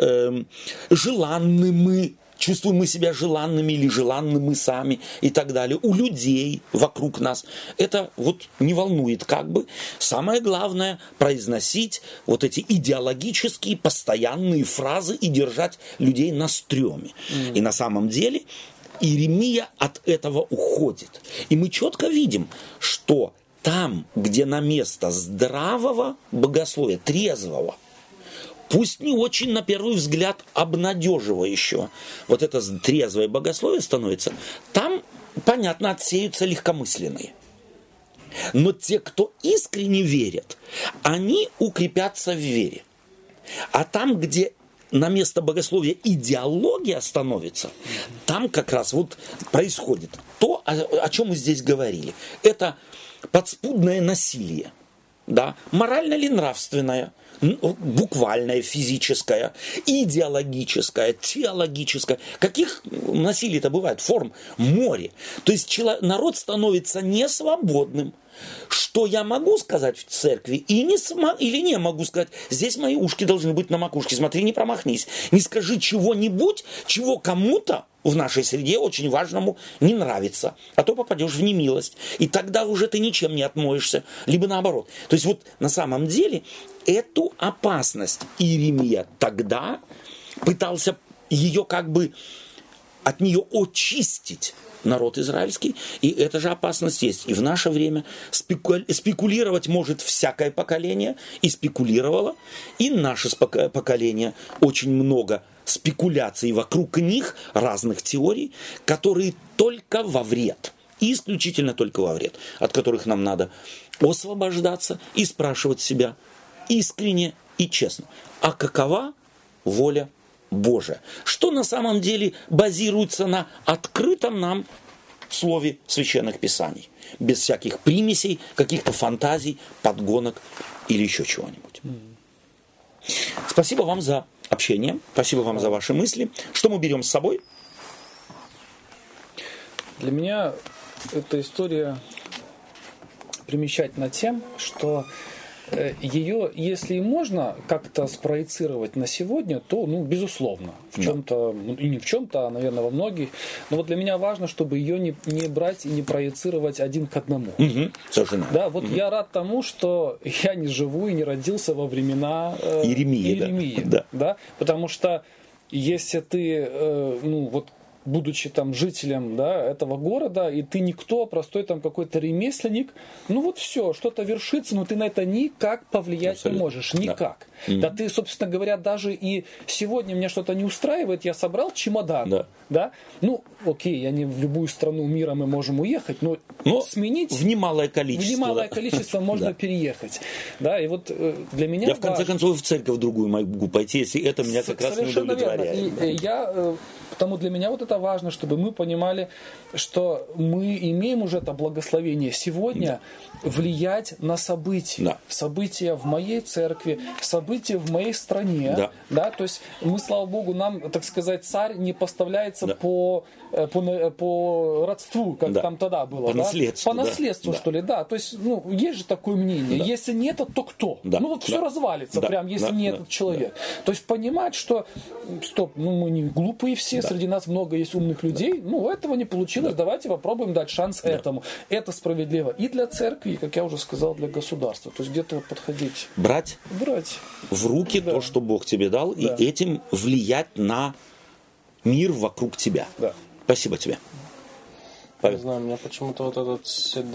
желанны мы, чувствуем мы себя желанными или желанны мы сами и так далее. У людей вокруг нас это вот не волнует как бы. Самое главное произносить вот эти идеологические постоянные фразы и держать людей на стреме. И на самом деле Иеремия от этого уходит. И мы четко видим, что там, где на место здравого богословия, трезвого, пусть не очень, на первый взгляд, обнадеживающего, вот это трезвое богословие становится, там, понятно, отсеются легкомысленные. Но те, кто искренне верят, они укрепятся в вере. А там, где на место богословия идеология становится, там как раз вот происходит то, о чем мы здесь говорили. Это подспудное насилие, да, морально или нравственное, буквальное, физическое, идеологическое, теологическое. Каких насилий-то бывает? Форм море. То есть народ становится несвободным. Что я могу сказать в церкви или не могу сказать? Здесь мои ушки должны быть на макушке. Смотри, не промахнись. Не скажи чего-нибудь, чего кому-то в нашей среде очень важному не нравится. А то попадешь в немилость. И тогда уже ты ничем не отмоешься. Либо наоборот. То есть вот на самом деле эту опасность Иеремия тогда пытался ее как бы от нее очистить народ израильский, и эта же опасность есть и в наше время. Спекулировать может всякое поколение, и спекулировало, и наше поколение. Очень много спекуляций вокруг них, разных теорий, которые только во вред, и исключительно только во вред, от которых нам надо освобождаться и спрашивать себя искренне и честно, а какова воля Божия, что на самом деле базируется на открытом нам слове священных писаний, без всяких примесей, каких-то фантазий, подгонок или еще чего-нибудь. Спасибо вам за общение, спасибо вам за ваши мысли. Что мы берем с собой? Для меня эта история примечательна тем, что ее, если и можно как-то спроецировать на сегодня, то, безусловно, в чем-то, и не в чем-то, а, наверное, во многих. Но вот для меня важно, чтобы ее не брать и не проецировать один к одному. Совершенно. Да, вот я рад тому, что я не живу и не родился во времена Иеремии. Да? Потому что если ты, будучи там жителем, да, этого города, и ты никто, простой там какой-то ремесленник, все, что-то вершится, но ты на это никак повлиять не можешь, никак. Да, ты, собственно говоря, даже и сегодня меня что-то не устраивает, я собрал чемодан, да, окей, я не в любую страну мира мы можем уехать, но сменить в немалое количество можно переехать, да, и вот для меня я в конце концов в церковь другую могу пойти, если это меня как раз не удовлетворяет. И потому для меня вот это важно, чтобы мы понимали, что мы имеем уже это благословение сегодня влиять на события. События в моей церкви, события в моей стране. Да? То есть мы, слава Богу, нам, так сказать, царь не поставляется по родству, как там тогда было. По наследству, что ли. Да. То есть, есть же такое мнение. Если не это, то кто? Все развалится, прям, если не этот человек. То есть понимать, что мы не глупые все, среди нас много есть умных людей, этого не получилось, давайте попробуем дать шанс этому. Это справедливо и для церкви, и, как я уже сказал, для государства. То есть где-то подходить. Брать в руки то, что Бог тебе дал, и этим влиять на мир вокруг тебя. Спасибо тебе. Павел. Не знаю, мне почему-то вот этот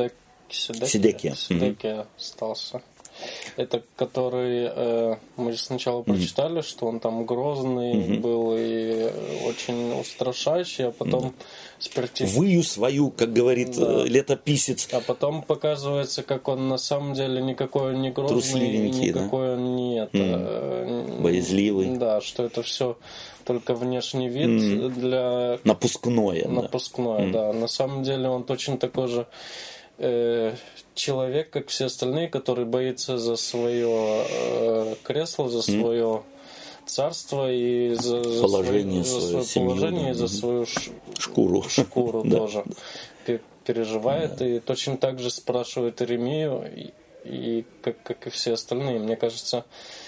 Седекия остался. Это который мы сначала прочитали, что он там грозный был и очень устрашающий, а потом выю свою, как говорит летописец. А потом показывается, как он на самом деле никакой он не грозный, и никакой он не боязливый. Да, что это все только внешний вид для напускное. Да. На самом деле он точно такой же человек, как все остальные, который боится за свое кресло, за свое царство и за положение, свое положение, и за свою шкуру тоже. переживает, и точно так же спрашивает Иеремию, и как и все остальные. Мне кажется,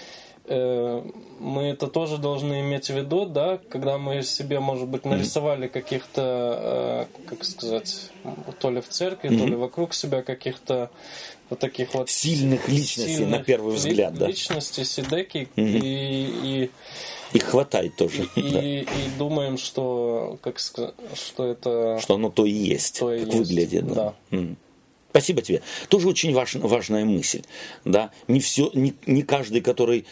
мы это тоже должны иметь в виду, да, когда мы себе, может быть, нарисовали каких-то, как сказать, то ли в церкви, то ли вокруг себя каких-то вот таких вот сильных личностей, на первый взгляд, да. Личности, сидеки, и их хватает тоже. И думаем, что, как сказать, что это... Что оно то и есть, то как есть, выглядит. Да. Да. Спасибо тебе. Тоже очень важная мысль. Да? Не каждый, который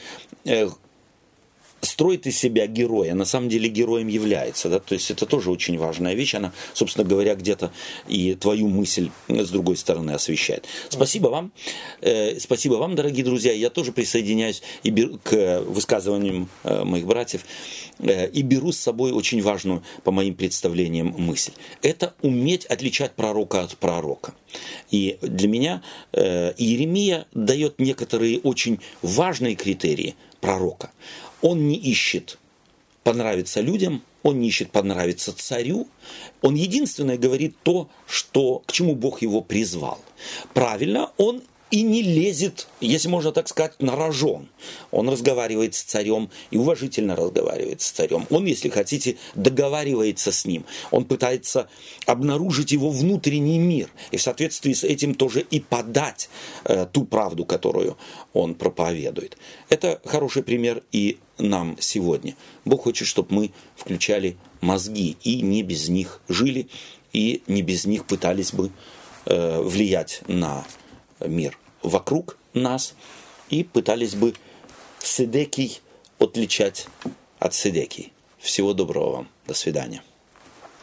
строит из себя героя, на самом деле героем является. Да? То есть это тоже очень важная вещь. Она, собственно говоря, где-то и твою мысль с другой стороны освещает. Спасибо вам. Спасибо вам, дорогие друзья. Я тоже присоединяюсь к высказываниям моих братьев и беру с собой очень важную, по моим представлениям, мысль. Это уметь отличать пророка от пророка. И для меня Иеремия дает некоторые очень важные критерии пророка. Он не ищет понравиться людям, он не ищет понравиться царю. Он единственное говорит то, к чему Бог его призвал. Правильно, он и не лезет, если можно так сказать, на рожон. Он разговаривает с царем и уважительно разговаривает с царем. Он, если хотите, договаривается с ним. Он пытается обнаружить его внутренний мир. И в соответствии с этим тоже и подать ту правду, которую он проповедует. Это хороший пример и нам сегодня. Бог хочет, чтобы мы включали мозги и не без них жили, и не без них пытались бы влиять на мир вокруг нас и пытались бы седекий отличать от седекий. Всего доброго вам. До свидания.